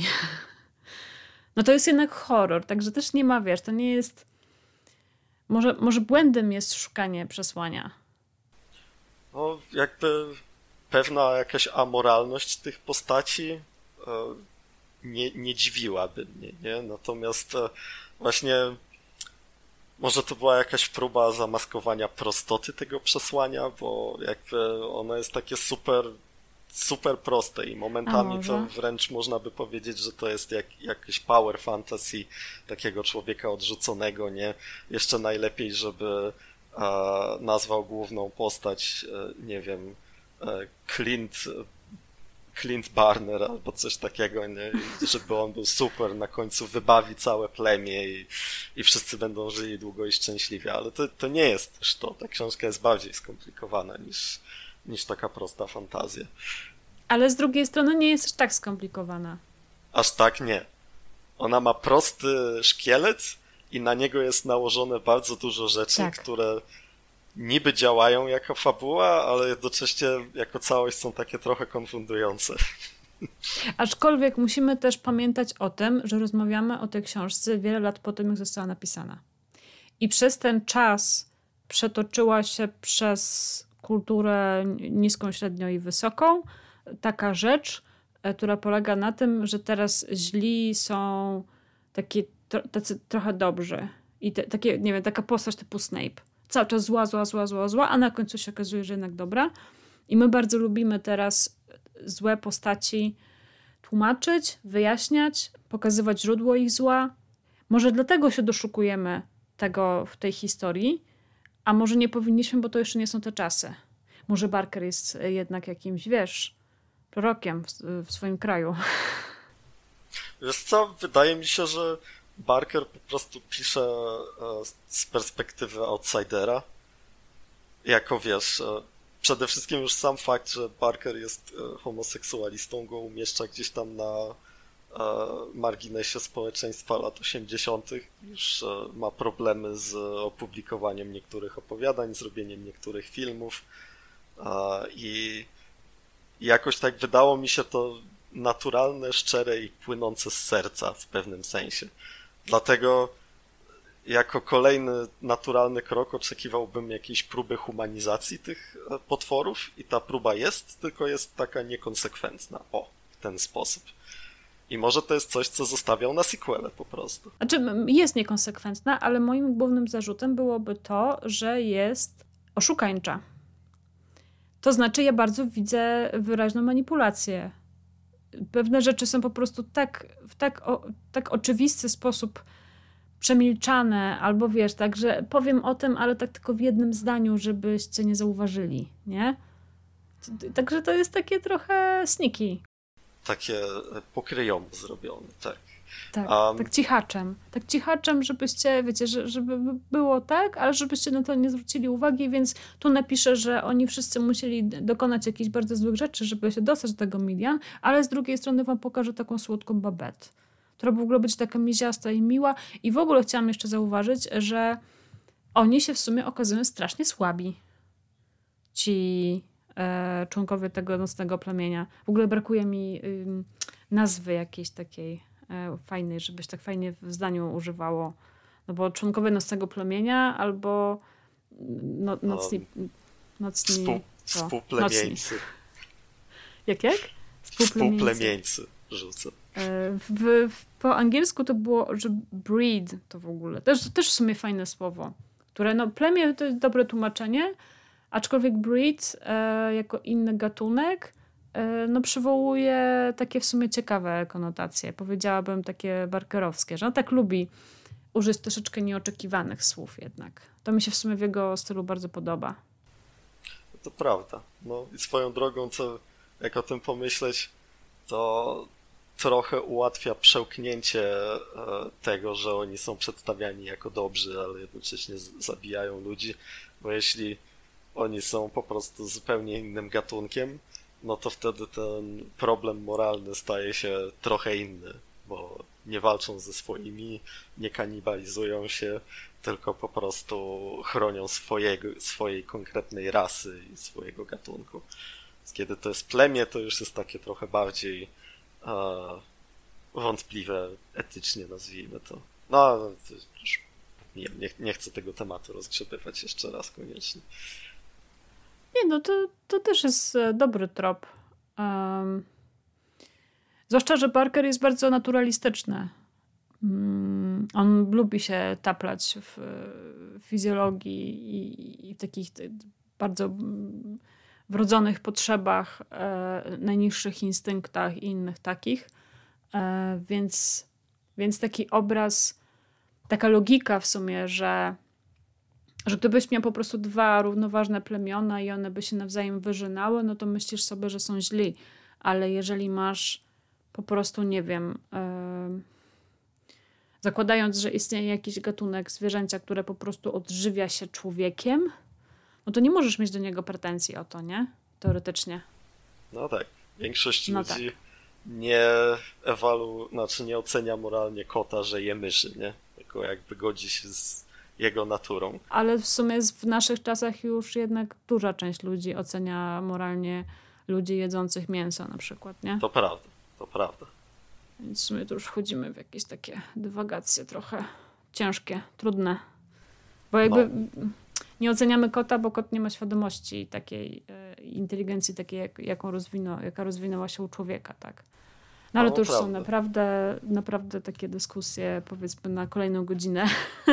No to jest jednak horror, także też nie ma, wiesz, to nie jest... Może, może błędem jest szukanie przesłania. No jakby pewna jakaś amoralność tych postaci nie, nie dziwiłaby mnie, nie? Natomiast właśnie może to była jakaś próba zamaskowania prostoty tego przesłania, bo jakby ono jest takie super, super proste i momentami to wręcz można by powiedzieć, że to jest jak, jakiś power fantasy takiego człowieka odrzuconego, nie? Jeszcze najlepiej, żeby a, nazwał główną postać, nie wiem, Clint Clint Barner albo coś takiego, nie? I żeby on był super, na końcu wybawi całe plemię i, i wszyscy będą żyli długo i szczęśliwie, ale to, to nie jest też to. Ta książka jest bardziej skomplikowana niż, niż taka prosta fantazja. Ale z drugiej strony nie jest aż tak skomplikowana. Aż tak nie. Ona ma prosty szkielet i na niego jest nałożone bardzo dużo rzeczy, tak, które niby działają jako fabuła, ale jednocześnie jako całość są takie trochę konfundujące. Aczkolwiek musimy też pamiętać o tym, że rozmawiamy o tej książce wiele lat po tym, jak została napisana. I przez ten czas przetoczyła się przez kulturę niską, średnią i wysoką taka rzecz, która polega na tym, że teraz źli są takie, tacy trochę dobrzy. I te, takie, nie wiem, taka postać typu Snape. Cały czas zła, zła, zła, zła, zła, a na końcu się okazuje, że jednak dobra. I my bardzo lubimy teraz złe postaci tłumaczyć, wyjaśniać, pokazywać źródło ich zła. Może dlatego się doszukujemy tego w tej historii, a może nie powinniśmy, bo to jeszcze nie są te czasy. Może Barker jest jednak jakimś, wiesz, prorokiem w, w swoim kraju. Wiesz co, wydaje mi się, że Barker po prostu pisze z perspektywy outsidera. Jako wiesz, przede wszystkim już sam fakt, że Barker jest homoseksualistą, go umieszcza gdzieś tam na marginesie społeczeństwa lat osiemdziesiątych. Już ma problemy z opublikowaniem niektórych opowiadań, zrobieniem niektórych filmów i jakoś tak wydało mi się to naturalne, szczere i płynące z serca w pewnym sensie. Dlatego jako kolejny naturalny krok oczekiwałbym jakiejś próby humanizacji tych potworów i ta próba jest, tylko jest taka niekonsekwentna. O, w ten sposób. I może to jest coś, co zostawiał na sequele po prostu. Znaczy, jest niekonsekwentna, ale moim głównym zarzutem byłoby to, że jest oszukańcza. To znaczy, ja bardzo widzę wyraźną manipulację. Pewne rzeczy są po prostu tak, w tak, o, tak oczywisty sposób przemilczane, albo wiesz, tak, że powiem o tym, ale tak tylko w jednym zdaniu, żebyście nie zauważyli, nie? Także to jest takie trochę sneaky. Takie pokryjomu zrobione, tak. Tak, um, tak cichaczem. Tak cichaczem, żebyście, wiecie, że, żeby było tak, ale żebyście na to nie zwrócili uwagi, więc tu napiszę, że oni wszyscy musieli dokonać jakichś bardzo złych rzeczy, żeby się dostać do tego milion, ale z drugiej strony wam pokażę taką słodką babetę, która w ogóle być taka miziasta i miła. I w ogóle chciałam jeszcze zauważyć, że oni się w sumie okazują strasznie słabi. Ci e, członkowie tego nocnego plemienia. W ogóle brakuje mi y, nazwy jakiejś takiej e, fajnej, żebyś tak fajnie w zdaniu używało. No bo członkowie nocnego plemienia albo no, nocni... nocni Współ, co? współplemieńcy. Nocni. Jak, jak? Współplemieńcy. Współplemieńcy rzucę. W, w, po angielsku to było, że breed to w ogóle. Też, też w sumie fajne słowo, które, no plemię to jest dobre tłumaczenie, aczkolwiek breed e, jako inny gatunek e, no przywołuje takie w sumie ciekawe konotacje. Powiedziałabym takie barkerowskie, że on tak lubi użyć troszeczkę nieoczekiwanych słów jednak. To mi się w sumie w jego stylu bardzo podoba. To prawda. No i swoją drogą, co jak o tym pomyśleć, to trochę ułatwia przełknięcie tego, że oni są przedstawiani jako dobrzy, ale jednocześnie zabijają ludzi, bo jeśli oni są po prostu zupełnie innym gatunkiem, no to wtedy ten problem moralny staje się trochę inny, bo nie walczą ze swoimi, nie kanibalizują się, tylko po prostu chronią swojego, swojej konkretnej rasy i swojego gatunku. Więc kiedy to jest plemię, to już jest takie trochę bardziej e, wątpliwe etycznie, nazwijmy to. No, to już nie, nie, nie chcę tego tematu rozgrzebywać jeszcze raz koniecznie. Nie, no to, to też jest dobry trop. Um, zwłaszcza, że Barker jest bardzo naturalistyczny. Um, on lubi się taplać w, w fizjologii i, i w takich bardzo wrodzonych potrzebach, e, najniższych instynktach i innych takich. E, więc, więc taki obraz, taka logika w sumie, że że gdybyś miał po prostu dwa równoważne plemiona i one by się nawzajem wyrzynały, no to myślisz sobie, że są źli. Ale jeżeli masz po prostu, nie wiem, yy, zakładając, że istnieje jakiś gatunek zwierzęcia, które po prostu odżywia się człowiekiem, no to nie możesz mieć do niego pretensji o to, nie? Teoretycznie. No tak. Większość no ludzi tak. nie ewalu, znaczy nie ocenia moralnie kota, że je myszy, nie? Tylko jakby godzi się z jego naturą. Ale w sumie w naszych czasach już jednak duża część ludzi ocenia moralnie ludzi jedzących mięso na przykład, nie? To prawda, to prawda. Więc w sumie to już wchodzimy w jakieś takie dywagacje trochę ciężkie, trudne. Bo jakby no. nie oceniamy kota, bo kot nie ma świadomości takiej e, inteligencji takiej, jak, jaką rozwinął, jaka rozwinęła się u człowieka, tak? No ale no, to już prawda. Są naprawdę, naprawdę takie dyskusje, powiedzmy, na kolejną godzinę.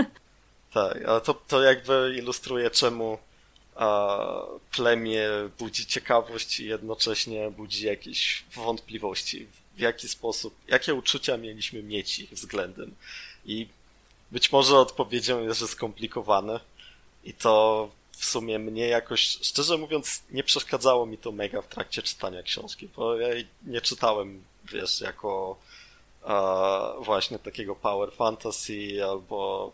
Tak, ale to, to jakby ilustruje, czemu a, plemię budzi ciekawość i jednocześnie budzi jakieś wątpliwości. W jaki sposób, jakie uczucia mieliśmy mieć ich względem. I być może odpowiedzią jest, że skomplikowane i to w sumie mnie jakoś, szczerze mówiąc, nie przeszkadzało mi to mega w trakcie czytania książki, bo ja jej nie czytałem, wiesz, jako a, właśnie takiego power fantasy albo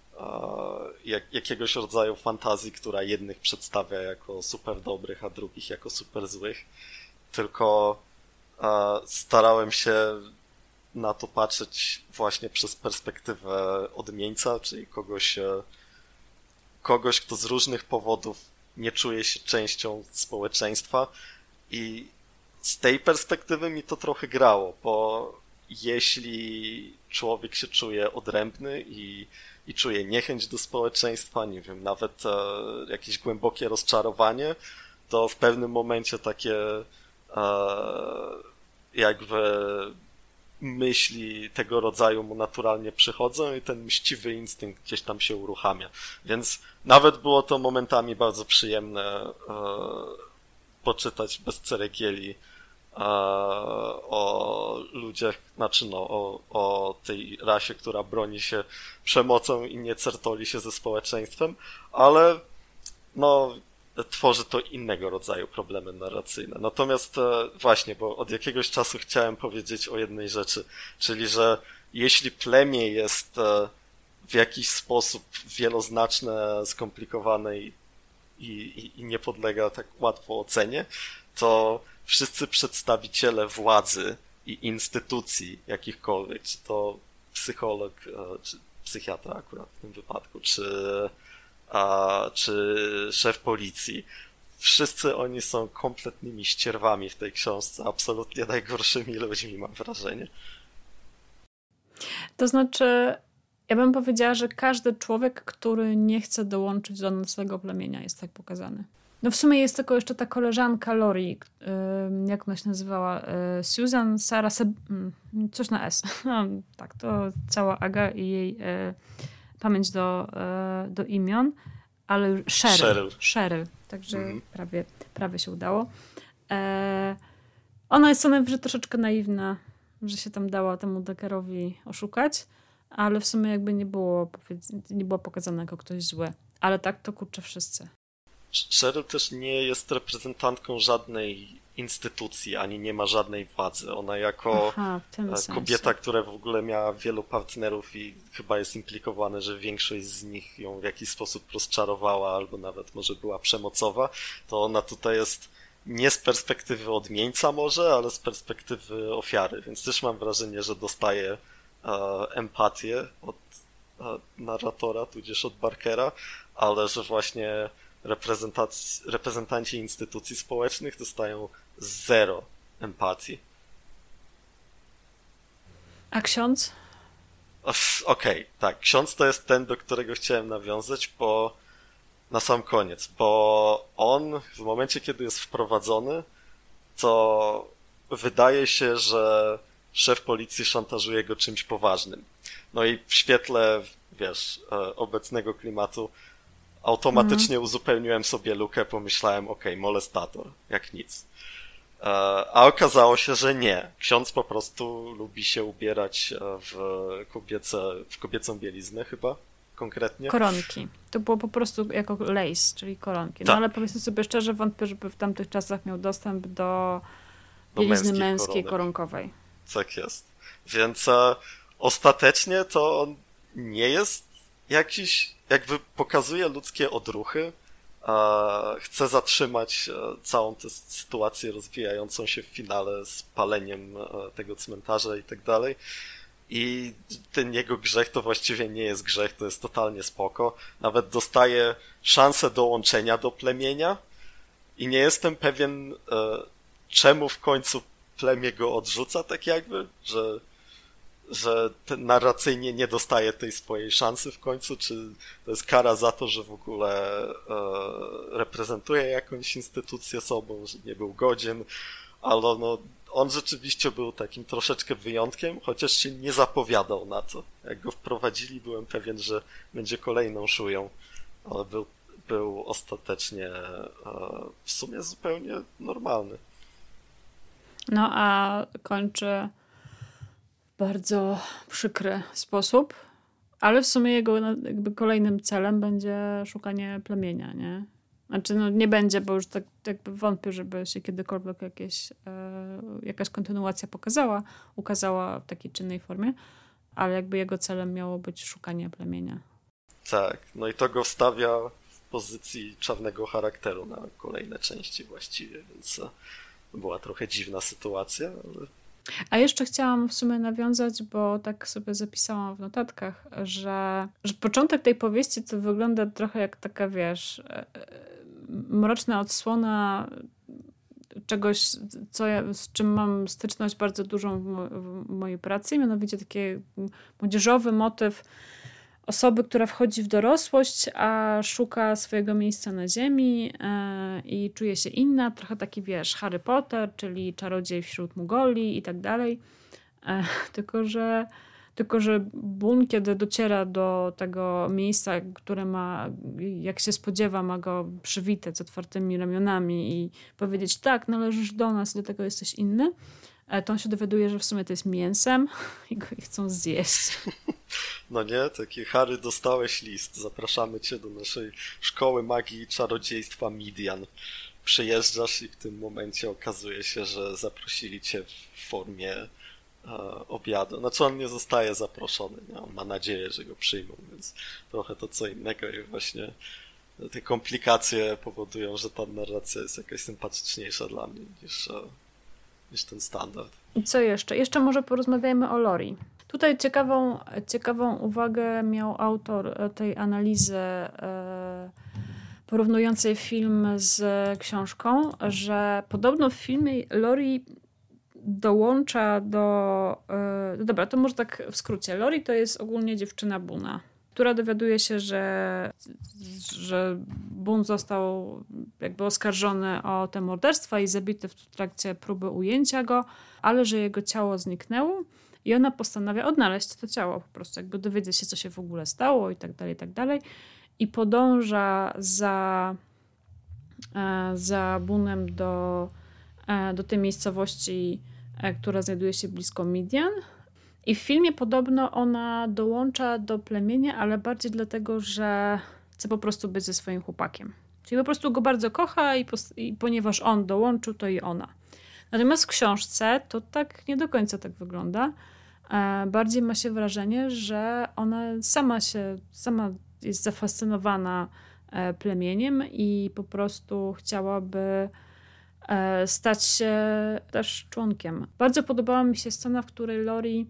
Jak, jakiegoś rodzaju fantazji, która jednych przedstawia jako super dobrych, a drugich jako super złych. Tylko a, starałem się na to patrzeć właśnie przez perspektywę odmieńca, czyli kogoś, kogoś, kto z różnych powodów nie czuje się częścią społeczeństwa i z tej perspektywy mi to trochę grało, bo jeśli człowiek się czuje odrębny i i czuje niechęć do społeczeństwa, nie wiem, nawet e, jakieś głębokie rozczarowanie, to w pewnym momencie takie e, jakby myśli tego rodzaju mu naturalnie przychodzą i ten mściwy instynkt gdzieś tam się uruchamia. Więc nawet było to momentami bardzo przyjemne e, poczytać bez ceregieli e, o ludziach, znaczy no, o, o tej rasie, która broni się przemocą i nie certoli się ze społeczeństwem, ale no tworzy to innego rodzaju problemy narracyjne. Natomiast e, właśnie, bo od jakiegoś czasu chciałem powiedzieć o jednej rzeczy, czyli że jeśli plemię jest e, w jakiś sposób wieloznaczne, skomplikowane i, i, i nie podlega tak łatwo ocenie, to wszyscy przedstawiciele władzy i instytucji jakichkolwiek, czy to psycholog, e, czy psychiatra akurat w tym wypadku, czy a, czy szef policji. Wszyscy oni są kompletnymi ścierwami w tej książce, absolutnie najgorszymi ludźmi, mam wrażenie. To znaczy, ja bym powiedziała, że każdy człowiek, który nie chce dołączyć do nocnego plemienia, jest tak pokazany. No w sumie jest tylko jeszcze ta koleżanka Lori, jak ona się nazywała? Susan, Sarah, Seb- coś na S. No, tak, to cała Aga i jej pamięć do, do imion, ale Cheryl. Cheryl. Cheryl. Także mhm. prawie, prawie się udało. E, ona jest co najwyżej troszeczkę naiwna, że się tam dała temu Deckerowi oszukać, ale w sumie jakby nie było, nie było pokazane jako ktoś zły. Ale tak to kurczę wszyscy. Cheryl też nie jest reprezentantką żadnej instytucji, ani nie ma żadnej władzy. Ona jako Aha, w tym kobieta, sensie. która w ogóle miała wielu partnerów i chyba jest implikowane, że większość z nich ją w jakiś sposób rozczarowała, albo nawet może była przemocowa, to ona tutaj jest nie z perspektywy odmieńca może, ale z perspektywy ofiary, więc też mam wrażenie, że dostaje e, empatię od e, narratora, tudzież od Barkera, ale że właśnie reprezentanci instytucji społecznych dostają zero empatii. A ksiądz? Okej, okay, tak. Ksiądz to jest ten, do którego chciałem nawiązać, bo na sam koniec, bo on w momencie, kiedy jest wprowadzony, to wydaje się, że szef policji szantażuje go czymś poważnym. No i w świetle, wiesz, obecnego klimatu automatycznie mm. uzupełniłem sobie lukę, pomyślałem, okej, okay, molestator, jak nic. A okazało się, że nie. Ksiądz po prostu lubi się ubierać w, kobiece, w kobiecą bieliznę chyba, konkretnie. Koronki. To było po prostu jako lace, czyli koronki. No tak. Ale powiedzmy sobie szczerze, wątpię, żeby w tamtych czasach miał dostęp do bielizny do męskiej koronek. Koronkowej. Tak jest. Więc e, ostatecznie to on nie jest jakiś, jakby pokazuje ludzkie odruchy, chce zatrzymać całą tę sytuację rozwijającą się w finale z paleniem tego cmentarza i tak dalej. I ten jego grzech to właściwie nie jest grzech, to jest totalnie spoko. Nawet dostaje szansę dołączenia do plemienia i nie jestem pewien, czemu w końcu plemię go odrzuca, tak jakby, że że ten narracyjnie nie dostaje tej swojej szansy w końcu, czy to jest kara za to, że w ogóle e, reprezentuje jakąś instytucję sobą, że nie był godzien, ale no, on rzeczywiście był takim troszeczkę wyjątkiem, chociaż się nie zapowiadał na to. Jak go wprowadzili, byłem pewien, że będzie kolejną szują, ale był, był ostatecznie e, w sumie zupełnie normalny. No a kończy bardzo przykry sposób, ale w sumie jego jakby kolejnym celem będzie szukanie plemienia, nie? Znaczy no nie będzie, bo już tak jakby wątpię, żeby się kiedykolwiek jakieś, e, jakaś kontynuacja pokazała, ukazała w takiej czynnej formie, ale jakby jego celem miało być szukanie plemienia. Tak, no i to go wstawia w pozycji czarnego charakteru na kolejne części właściwie, więc była trochę dziwna sytuacja, ale... A jeszcze chciałam w sumie nawiązać, bo tak sobie zapisałam w notatkach, że, że początek tej powieści to wygląda trochę jak taka, wiesz, mroczna odsłona czegoś, co ja, z czym mam styczność bardzo dużą w, mo- w mojej pracy, mianowicie taki młodzieżowy motyw osoby, która wchodzi w dorosłość, a szuka swojego miejsca na ziemi e, i czuje się inna. Trochę taki, wiesz, Harry Potter, czyli czarodziej wśród Mugoli i tak dalej. E, tylko, że Tylko, że Boone, kiedy dociera do tego miejsca, które ma, jak się spodziewa, ma go przywitać z otwartymi ramionami i powiedzieć, tak, należysz do nas, dlatego jesteś inny, to on się dowiaduje, że w sumie to jest mięsem i go chcą zjeść. No nie? Taki Harry, dostałeś list. Zapraszamy cię do naszej szkoły magii i czarodziejstwa Midian. Przyjeżdżasz i w tym momencie okazuje się, że zaprosili cię w formie obiadu. Znaczy on nie zostaje zaproszony, nie? On ma nadzieję, że go przyjmą, więc trochę to co innego i właśnie te komplikacje powodują, że ta narracja jest jakaś sympatyczniejsza dla mnie niż, niż ten standard. I co jeszcze? Jeszcze może porozmawiajmy o Lori. Tutaj ciekawą, ciekawą uwagę miał autor tej analizy e, porównującej film z książką, że podobno w filmie Lori dołącza do... Yy, dobra, to może tak w skrócie. Lori to jest ogólnie dziewczyna Boona, która dowiaduje się, że, że Boone został jakby oskarżony o te morderstwa i zabity w trakcie próby ujęcia go, ale że jego ciało zniknęło i ona postanawia odnaleźć to ciało, po prostu jakby dowiedzieć się, co się w ogóle stało i tak dalej, i tak dalej. I podąża za, za Boonem do, do tej miejscowości, która znajduje się blisko Midian. I w filmie podobno ona dołącza do plemienia, ale bardziej dlatego, że chce po prostu być ze swoim chłopakiem. Czyli po prostu go bardzo kocha i, pos- i ponieważ on dołączył, to i ona. Natomiast w książce to tak nie do końca tak wygląda. E, bardziej ma się wrażenie, że ona sama się, sama jest zafascynowana e, plemieniem i po prostu chciałaby e, stać się też członkiem. Bardzo podobała mi się scena, w której Lori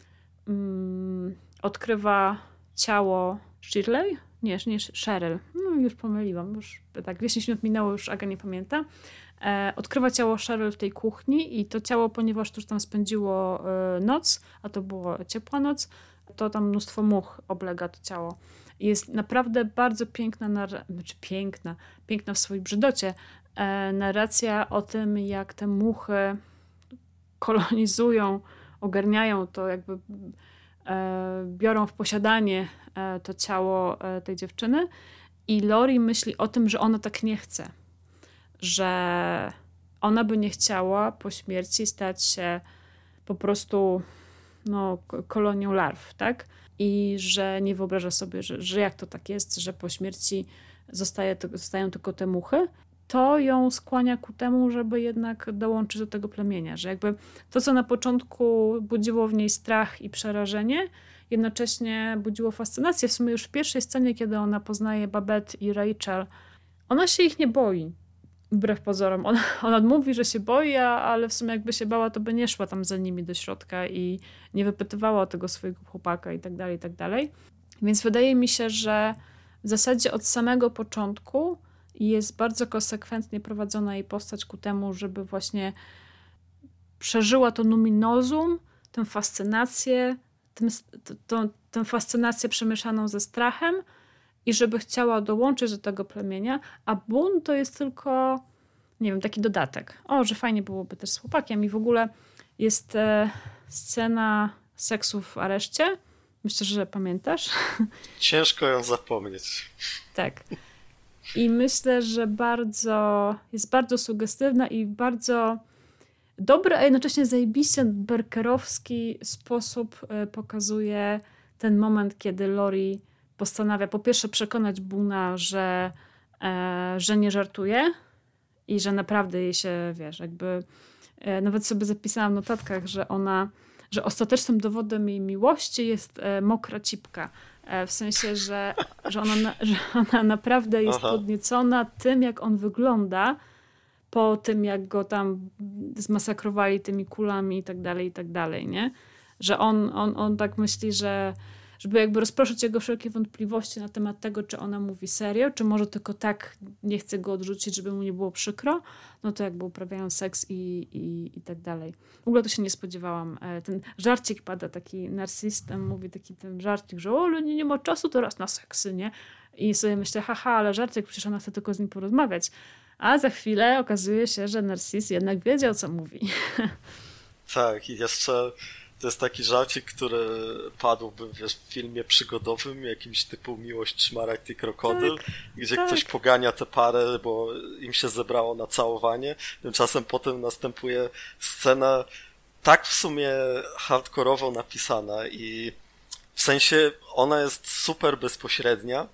mm, odkrywa ciało Shirley? Nie, nie Cheryl. No już pomyliłam. Już tak dziesięć minut minęło, już Aga nie pamięta. E, odkrywa ciało Cheryl w tej kuchni i to ciało, ponieważ już tam spędziło e, noc, a to była ciepła noc, to tam mnóstwo much oblega to ciało. Jest naprawdę bardzo piękna, nar- znaczy piękna, piękna w swojej brzydocie, e, narracja o tym, jak te muchy kolonizują, ogarniają to, jakby e, biorą w posiadanie e, to ciało e, tej dziewczyny i Lori myśli o tym, że ona tak nie chce. Że ona by nie chciała po śmierci stać się po prostu no, kolonią larw, tak? I że nie wyobraża sobie, że, że jak to tak jest, że po śmierci zostaje, zostają tylko te muchy. To ją skłania ku temu, żeby jednak dołączyć do tego plemienia. Że jakby to, co na początku budziło w niej strach i przerażenie, jednocześnie budziło fascynację. W sumie już w pierwszej scenie, kiedy ona poznaje Babette i Rachel, ona się ich nie boi. Wbrew pozorom. Ona, ona mówi, że się boi, ale w sumie jakby się bała, to by nie szła tam za nimi do środka i nie wypytywała o tego swojego chłopaka i tak dalej, i tak dalej. Więc wydaje mi się, że w zasadzie od samego początku jest bardzo konsekwentnie prowadzona jej postać ku temu, żeby właśnie przeżyła to numinozum, tę fascynację, tę, tę, tę fascynację przemieszaną ze strachem, i żeby chciała dołączyć do tego plemienia, a Boone to jest tylko, nie wiem, taki dodatek. O, że fajnie byłoby też z chłopakiem. I w ogóle jest e, scena seksu w areszcie. Myślę, że pamiętasz. Ciężko ją zapomnieć. Tak. I myślę, że bardzo, jest bardzo sugestywna i bardzo dobry, a jednocześnie zajebiście berkerowski sposób e, pokazuje ten moment, kiedy Lori postanawia po pierwsze przekonać Boona, że, e, że nie żartuje i że naprawdę jej się, wiesz, jakby e, nawet sobie zapisałam w notatkach, że ona, że ostatecznym dowodem jej miłości jest e, mokra cipka. E, w sensie, że, że, ona, na, że ona naprawdę jest Aha. podniecona tym, jak on wygląda po tym, jak go tam zmasakrowali tymi kulami i tak dalej, i tak dalej, nie? Że on, on, on tak myśli, że żeby jakby rozproszyć jego wszelkie wątpliwości na temat tego, czy ona mówi serio, czy może tylko tak nie chce go odrzucić, żeby mu nie było przykro, no to jakby uprawiają seks i, i, i tak dalej. W ogóle to się nie spodziewałam. Ten żarcik pada, taki narcystem mówi taki ten żarcik, że o, ale nie, nie ma czasu teraz na seksy, nie? I sobie myślę, haha, ale żarcik, przecież ona chce tylko z nim porozmawiać. A za chwilę okazuje się, że Narcyz jednak wiedział, co mówi. Tak, i jeszcze to jest taki żarcik, który padłby wiesz, w filmie przygodowym, jakimś typu Miłość, Szmaragd i Krokodyl, tak, gdzie tak. ktoś pogania tę parę, bo im się zebrało na całowanie. Tymczasem potem następuje scena tak w sumie hardkorowo napisana i w sensie ona jest super bezpośrednia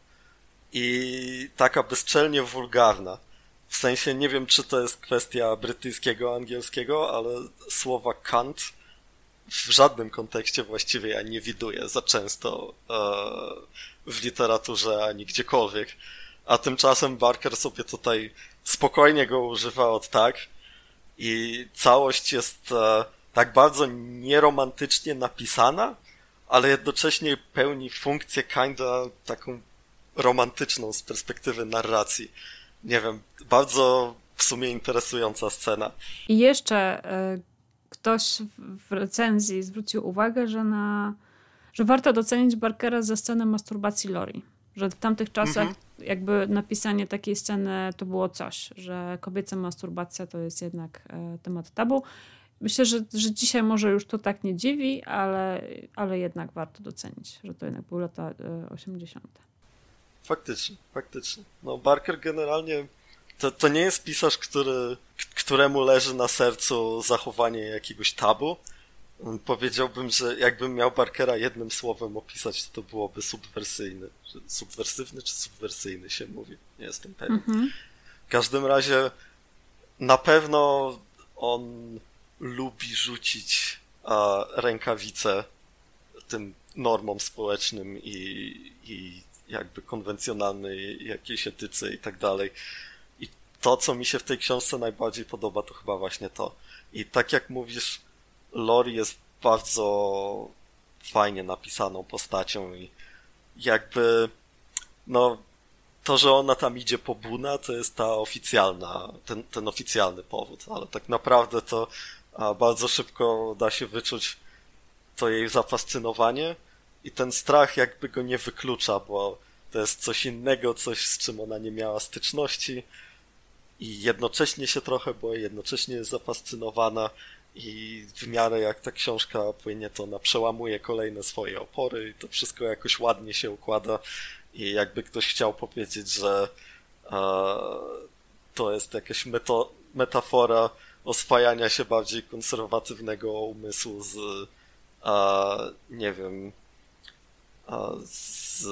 i taka bezczelnie wulgarna. W sensie nie wiem, czy to jest kwestia brytyjskiego, angielskiego, ale słowa cunt w żadnym kontekście właściwie ja nie widuję za często e, w literaturze ani gdziekolwiek. A tymczasem Barker sobie tutaj spokojnie go używa od tak i całość jest e, tak bardzo nieromantycznie napisana, ale jednocześnie pełni funkcję kinda taką romantyczną z perspektywy narracji. Nie wiem, bardzo w sumie interesująca scena. I jeszcze y, ktoś w recenzji zwrócił uwagę, że, na, że warto docenić Barkera za scenę masturbacji Lori. Że w tamtych czasach mm-hmm. jakby napisanie takiej sceny to było coś, że kobieca masturbacja to jest jednak y, temat tabu. Myślę, że, że dzisiaj może już to tak nie dziwi, ale, ale jednak warto docenić, że to jednak były lata y, osiemdziesiąte. Faktycznie, faktycznie. No Barker generalnie to, to nie jest pisarz, który, któremu leży na sercu zachowanie jakiegoś tabu. Powiedziałbym, że jakbym miał Barkera jednym słowem opisać, to to byłoby subwersyjny. Subwersywny czy subwersyjny się mówi? Nie jestem pewien. Mm-hmm. W każdym razie na pewno on lubi rzucić a, rękawice tym normom społecznym i, i jakby konwencjonalnej jakiejś etyce i tak dalej. I to, co mi się w tej książce najbardziej podoba, to chyba właśnie to. I tak jak mówisz, Lori jest bardzo fajnie napisaną postacią i jakby no to, że ona tam idzie po Buna, to jest ta oficjalna, ten, ten oficjalny powód, ale tak naprawdę to a, bardzo szybko da się wyczuć to jej zafascynowanie i ten strach jakby go nie wyklucza, bo to jest coś innego, coś z czym ona nie miała styczności i jednocześnie się trochę boi, jednocześnie jest zafascynowana i w miarę jak ta książka płynie, to ona przełamuje kolejne swoje opory i to wszystko jakoś ładnie się układa i jakby ktoś chciał powiedzieć, że e, to jest jakaś meto, metafora oswajania się bardziej konserwatywnego umysłu z a, nie wiem a, z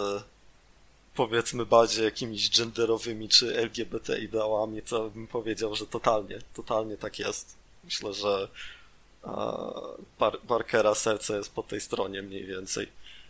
powiedzmy bardziej jakimiś genderowymi czy L G B T ideałami, to bym powiedział, że totalnie, totalnie tak jest. Myślę, że Bar- Barkera serce jest po tej stronie mniej więcej.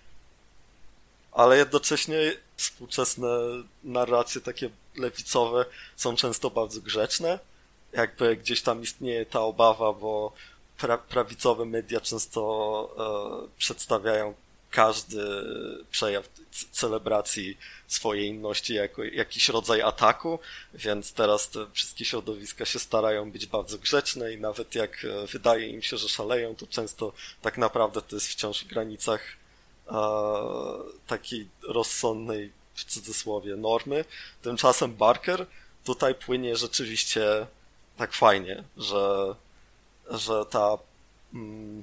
Ale jednocześnie współczesne narracje takie lewicowe są często bardzo grzeczne. Jakby gdzieś tam istnieje ta obawa, bo pra- prawicowe media często e, przedstawiają każdy przejaw c- celebracji swojej inności jako jakiś rodzaj ataku, więc teraz te wszystkie środowiska się starają być bardzo grzeczne i nawet jak wydaje im się, że szaleją, to często tak naprawdę to jest wciąż w granicach e, takiej rozsądnej, w cudzysłowie, normy. Tymczasem Barker tutaj płynie rzeczywiście tak fajnie, że, że ta mm,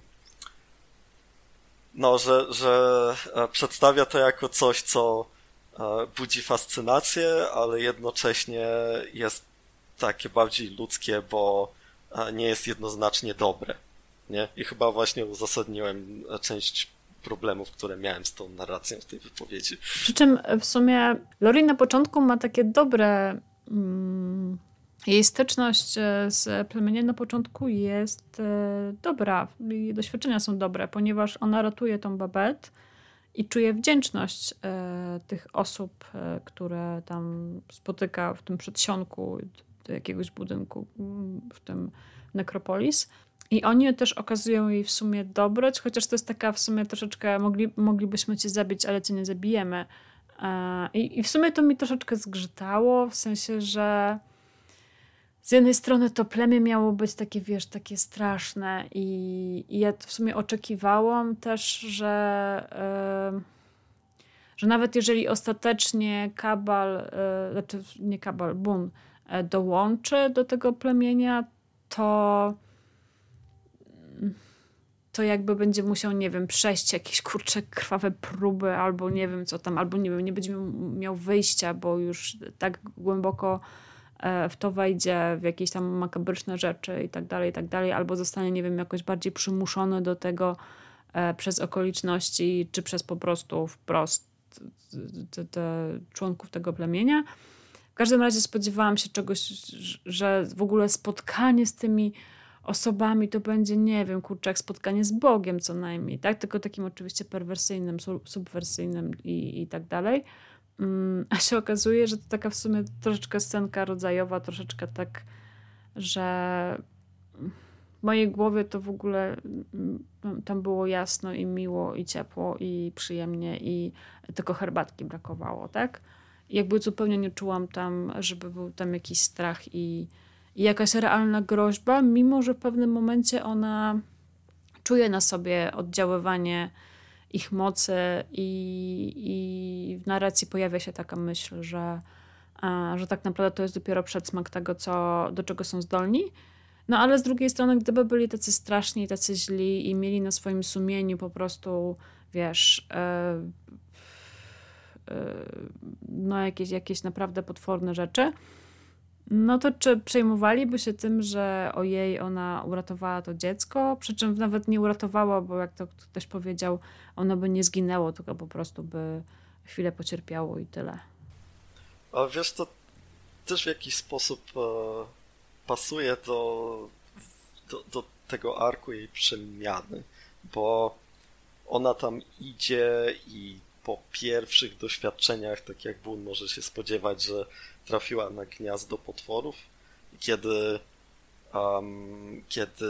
no, że, że przedstawia to jako coś, co budzi fascynację, ale jednocześnie jest takie bardziej ludzkie, bo nie jest jednoznacznie dobre, nie? I chyba właśnie uzasadniłem część problemów, które miałem z tą narracją w tej wypowiedzi. Przy czym w sumie Lori na początku ma takie dobre... Mm... Jej styczność z plemieniem na początku jest dobra. Jej doświadczenia są dobre, ponieważ ona ratuje tą Babette i czuje wdzięczność tych osób, które tam spotyka w tym przedsionku do jakiegoś budynku w tym Nekropolis. I oni też okazują jej w sumie dobroć, chociaż to jest taka w sumie troszeczkę, mogli, moglibyśmy cię zabić, ale cię nie zabijemy. I, I w sumie to mi troszeczkę zgrzytało, w sensie, że z jednej strony to plemię miało być takie, wiesz, takie straszne i, i ja w sumie oczekiwałam też, że, yy, że nawet jeżeli ostatecznie Kabal, yy, znaczy nie Kabal, Bun yy, dołączy do tego plemienia, to to jakby będzie musiał, nie wiem, przejść jakieś, kurcze, krwawe próby, albo nie wiem co tam, albo nie wiem, nie będzie miał wyjścia, bo już tak głęboko w to wejdzie, w jakieś tam makabryczne rzeczy i tak dalej, i tak dalej, albo zostanie, nie wiem, jakoś bardziej przymuszony do tego przez okoliczności, czy przez po prostu wprost te, te członków tego plemienia. W każdym razie spodziewałam się czegoś, że w ogóle spotkanie z tymi osobami to będzie, nie wiem, kurczę, jak spotkanie z Bogiem co najmniej, tak? Tylko takim oczywiście perwersyjnym, subwersyjnym i, i tak dalej. A się okazuje, że to taka w sumie troszeczkę scenka rodzajowa, troszeczkę tak, że w mojej głowie to w ogóle tam było jasno i miło i ciepło i przyjemnie i tylko herbatki brakowało, tak? I jakby zupełnie nie czułam tam, żeby był tam jakiś strach i, i jakaś realna groźba, mimo że w pewnym momencie ona czuje na sobie oddziaływanie ich mocy i, i w narracji pojawia się taka myśl, że, a, że tak naprawdę to jest dopiero przedsmak tego, co, do czego są zdolni. No ale z drugiej strony, gdyby byli tacy straszni, tacy źli i mieli na swoim sumieniu po prostu, wiesz, yy, yy, no jakieś, jakieś naprawdę potworne rzeczy, no to czy przejmowaliby się tym, że ojej, ona uratowała to dziecko? Przy czym nawet nie uratowała, bo jak to ktoś powiedział, ono by nie zginęło, tylko po prostu by chwilę pocierpiało i tyle. A wiesz, to też w jakiś sposób e, pasuje do, do, do tego arku jej przemiany, bo ona tam idzie i po pierwszych doświadczeniach, tak jak Bun może się spodziewać, że trafiła na gniazdo potworów, kiedy, um, kiedy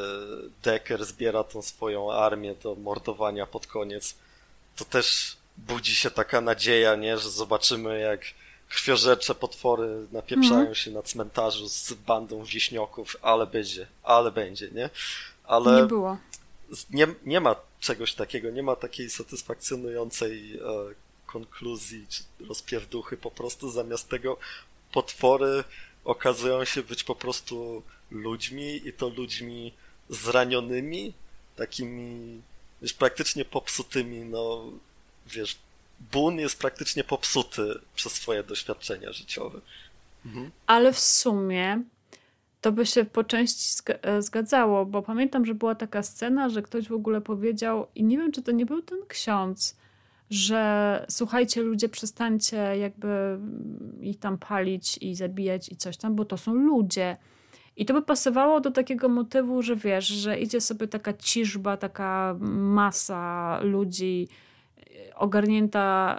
Decker zbiera tą swoją armię do mordowania pod koniec, to też budzi się taka nadzieja, nie, że zobaczymy, jak krwiożercze potwory napieprzają mm. się na cmentarzu z bandą wieśnioków, ale będzie, ale będzie, nie? Ale nie było. Nie, nie ma czegoś takiego, nie ma takiej satysfakcjonującej e, konkluzji czy rozpierduchy, po prostu zamiast tego potwory okazują się być po prostu ludźmi i to ludźmi zranionymi, takimi, wiesz, praktycznie popsutymi, no, wiesz, Bun jest praktycznie popsuty przez swoje doświadczenia życiowe. Mhm. Ale w sumie to by się po części zgadzało, bo pamiętam, że była taka scena, że ktoś w ogóle powiedział, i nie wiem, czy to nie był ten ksiądz, że słuchajcie ludzie, przestańcie jakby ich tam palić i zabijać i coś tam, bo to są ludzie. I to by pasowało do takiego motywu, że wiesz, że idzie sobie taka ciżba, taka masa ludzi ogarnięta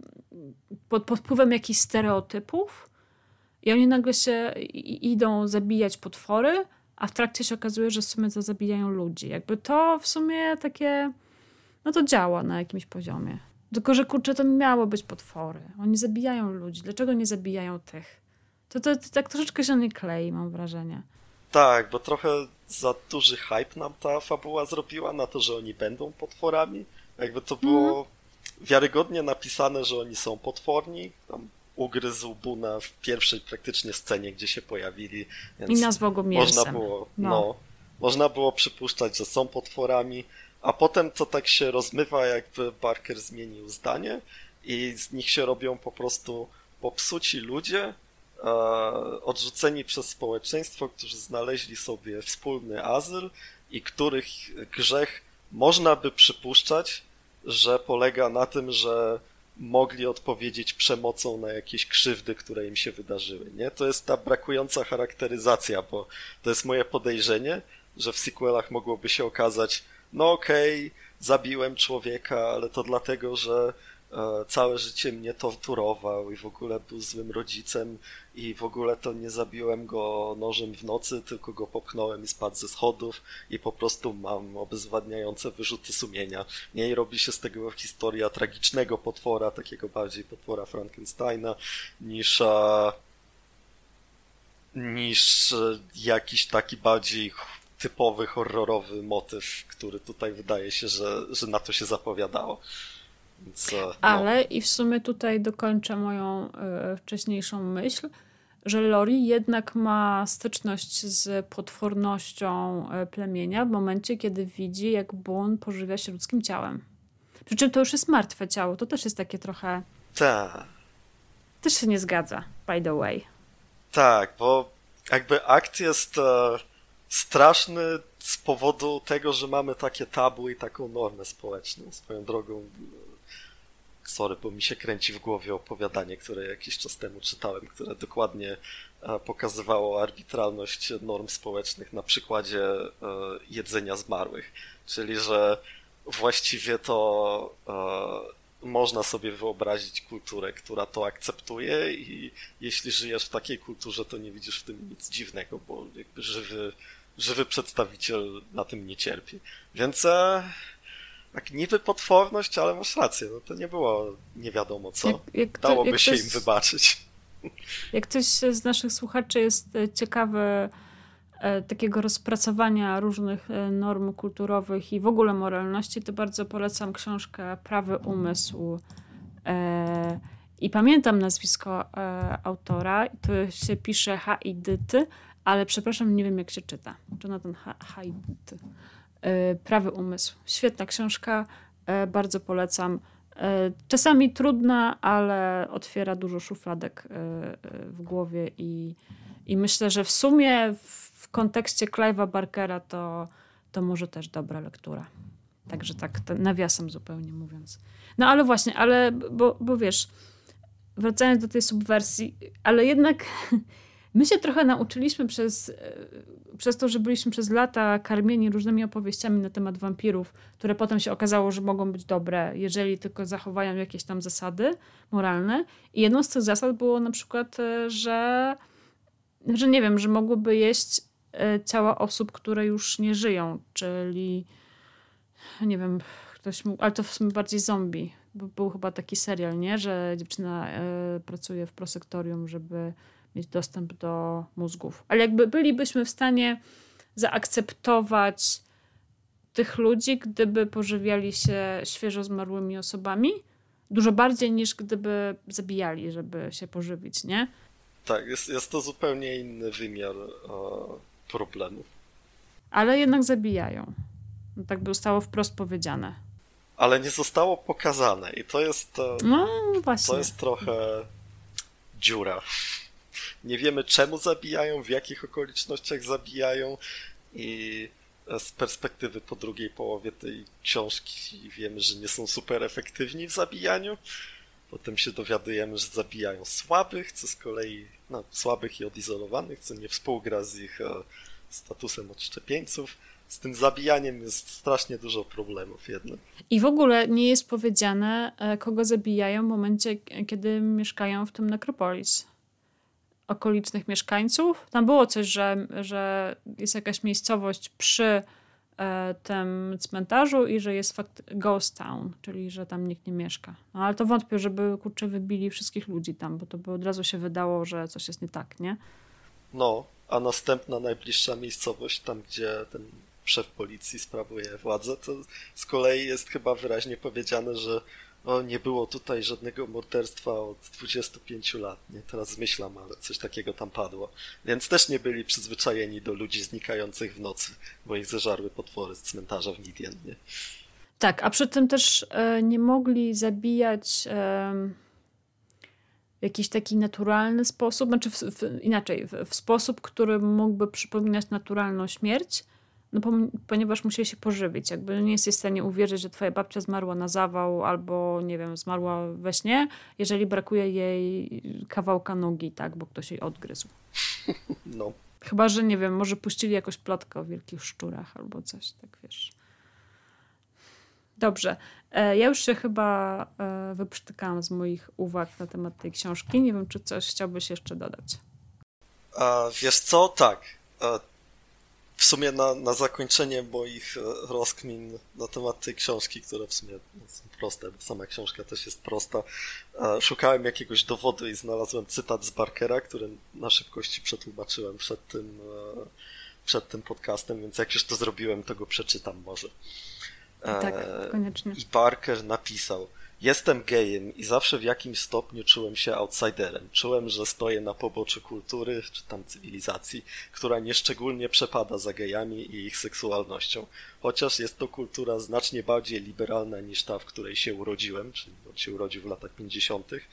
pod, pod wpływem jakichś stereotypów i oni nagle się idą zabijać potwory, a w trakcie się okazuje, że w sumie to zabijają ludzi. Jakby to w sumie takie, no to działa na jakimś poziomie. Tylko, że kurczę, to miało być potwory. Oni zabijają ludzi. Dlaczego nie zabijają tych? To, to, to tak troszeczkę się nie klei, mam wrażenie. Tak, bo trochę za duży hype nam ta fabuła zrobiła na to, że oni będą potworami. Jakby to było mm. wiarygodnie napisane, że oni są potworni. Tam ugryzł Buna w pierwszej praktycznie scenie, gdzie się pojawili. Więc i nazwał go mięsem. Można było, no. no, można było przypuszczać, że są potworami, a potem to tak się rozmywa, jakby Barker zmienił zdanie i z nich się robią po prostu popsuci ludzie, e, odrzuceni przez społeczeństwo, którzy znaleźli sobie wspólny azyl i których grzech można by przypuszczać, że polega na tym, że mogli odpowiedzieć przemocą na jakieś krzywdy, które im się wydarzyły, nie? To jest ta brakująca charakteryzacja, bo to jest moje podejrzenie, że w sequelach mogłoby się okazać, no okej, okay, zabiłem człowieka, ale to dlatego, że całe życie mnie torturował i w ogóle był złym rodzicem i w ogóle to nie zabiłem go nożem w nocy, tylko go popchnąłem i spadł ze schodów i po prostu mam obezwładniające wyrzuty sumienia. Nie, i robi się z tego historia tragicznego potwora, takiego bardziej potwora Frankensteina, niż, a, niż jakiś taki bardziej typowy, horrorowy motyw, który tutaj wydaje się, że, że na to się zapowiadało. Więc, no. Ale i w sumie tutaj dokończę moją y, wcześniejszą myśl, że Lori jednak ma styczność z potwornością y, plemienia w momencie, kiedy widzi, jak Boone pożywia się ludzkim ciałem. Przy czym to już jest martwe ciało. To też jest takie trochę... Tak. Też się nie zgadza, by the way. Tak, bo jakby akt jest e, straszny z powodu tego, że mamy takie tabu i taką normę społeczną. Swoją drogą, sorry, bo mi się kręci w głowie opowiadanie, które jakiś czas temu czytałem, które dokładnie e, pokazywało arbitralność norm społecznych na przykładzie e, jedzenia zmarłych. Czyli, że właściwie to e, można sobie wyobrazić kulturę, która to akceptuje i jeśli żyjesz w takiej kulturze, to nie widzisz w tym nic dziwnego, bo jakby żywy, żywy przedstawiciel na tym nie cierpi. Więc e, tak niby potworność, ale masz rację, no to nie było nie wiadomo co. Jak, jak to, Dałoby jak się ktoś, im wybaczyć. Jak ktoś z naszych słuchaczy jest ciekawy takiego rozpracowania różnych norm kulturowych i w ogóle moralności, to bardzo polecam książkę Prawy umysł. I pamiętam nazwisko autora. To się pisze Haidt, ale przepraszam, nie wiem jak się czyta. Jonathan Haidt. Prawy umysł. Świetna książka. Bardzo polecam. Czasami trudna, ale otwiera dużo szufladek w głowie i, i myślę, że w sumie w w kontekście Clive'a Barkera to, to może też dobra lektura. Także tak, nawiasem zupełnie mówiąc. No ale właśnie, ale, bo, bo wiesz, wracając do tej subwersji, ale jednak my się trochę nauczyliśmy przez, przez to, że byliśmy przez lata karmieni różnymi opowieściami na temat wampirów, które potem się okazało, że mogą być dobre, jeżeli tylko zachowają jakieś tam zasady moralne. I jedną z tych zasad było na przykład, że, że nie wiem, że mogłyby jeść ciała osób, które już nie żyją, czyli nie wiem, ktoś mógł, ale to w sumie bardziej zombie, bo był chyba taki serial, nie? Że dziewczyna y, pracuje w prosektorium, żeby mieć dostęp do mózgów. Ale jakby bylibyśmy w stanie zaakceptować tych ludzi, gdyby pożywiali się świeżo zmarłymi osobami, dużo bardziej niż gdyby zabijali, żeby się pożywić, nie? Tak, jest, jest to zupełnie inny wymiar o, problemów. Ale jednak zabijają. No, tak by zostało wprost powiedziane. Ale nie zostało pokazane i to jest no, właśnie. To jest trochę dziura. Nie wiemy czemu zabijają, w jakich okolicznościach zabijają i z perspektywy po drugiej połowie tej książki wiemy, że nie są super efektywni w zabijaniu. Potem się dowiadujemy, że zabijają słabych, co z kolei no, słabych i odizolowanych, co nie współgra z ich e, statusem odszczepieńców. Z tym zabijaniem jest strasznie dużo problemów jednak. I w ogóle nie jest powiedziane, kogo zabijają w momencie, kiedy mieszkają w tym Necropolis. Okolicznych mieszkańców. Tam było coś, że, że jest jakaś miejscowość przy e, tym cmentarzu i że jest fakt ghost town, czyli że tam nikt nie mieszka. No, ale to wątpię, żeby kurczę wybili wszystkich ludzi tam, bo to by od razu się wydało, że coś jest nie tak, nie? No, a następna, najbliższa miejscowość, tam gdzie ten szef policji sprawuje władzę, to z kolei jest chyba wyraźnie powiedziane, że o, nie było tutaj żadnego morderstwa od dwudziestu pięciu lat. Nie, teraz zmyślam, ale coś takiego tam padło. Więc też nie byli przyzwyczajeni do ludzi znikających w nocy, bo ich zeżarły potwory z cmentarza w Midian, nie? Tak, a przy tym też e, nie mogli zabijać e, w jakiś taki naturalny sposób, znaczy w, w, inaczej, w, w sposób, który mógłby przypominać naturalną śmierć, no po, ponieważ musieli się pożywić. Jakby nie jesteś w stanie uwierzyć, że twoja babcia zmarła na zawał albo, nie wiem, zmarła we śnie, jeżeli brakuje jej kawałka nogi, tak, bo ktoś jej odgryzł. No. Chyba, że, nie wiem, może puścili jakąś plotkę o wielkich szczurach albo coś, tak wiesz. Dobrze. Ja już się chyba wyprztykałam z moich uwag na temat tej książki. Nie wiem, czy coś chciałbyś jeszcze dodać. A, wiesz co? Tak. A, w sumie na, na zakończenie moich rozkmin na temat tej książki, które w sumie są proste, bo sama książka też jest prosta, a, szukałem jakiegoś dowodu i znalazłem cytat z Barkera, który na szybkości przetłumaczyłem przed tym, przed tym podcastem, więc jak już to zrobiłem, to go przeczytam może. Tak, koniecznie. I Barker napisał: jestem gejem i zawsze w jakimś stopniu czułem się outsiderem. Czułem, że stoję na poboczu kultury, czy tam cywilizacji, która nieszczególnie przepada za gejami i ich seksualnością. Chociaż jest to kultura znacznie bardziej liberalna niż ta, w której się urodziłem, czyli on się urodził w latach pięćdziesiątych.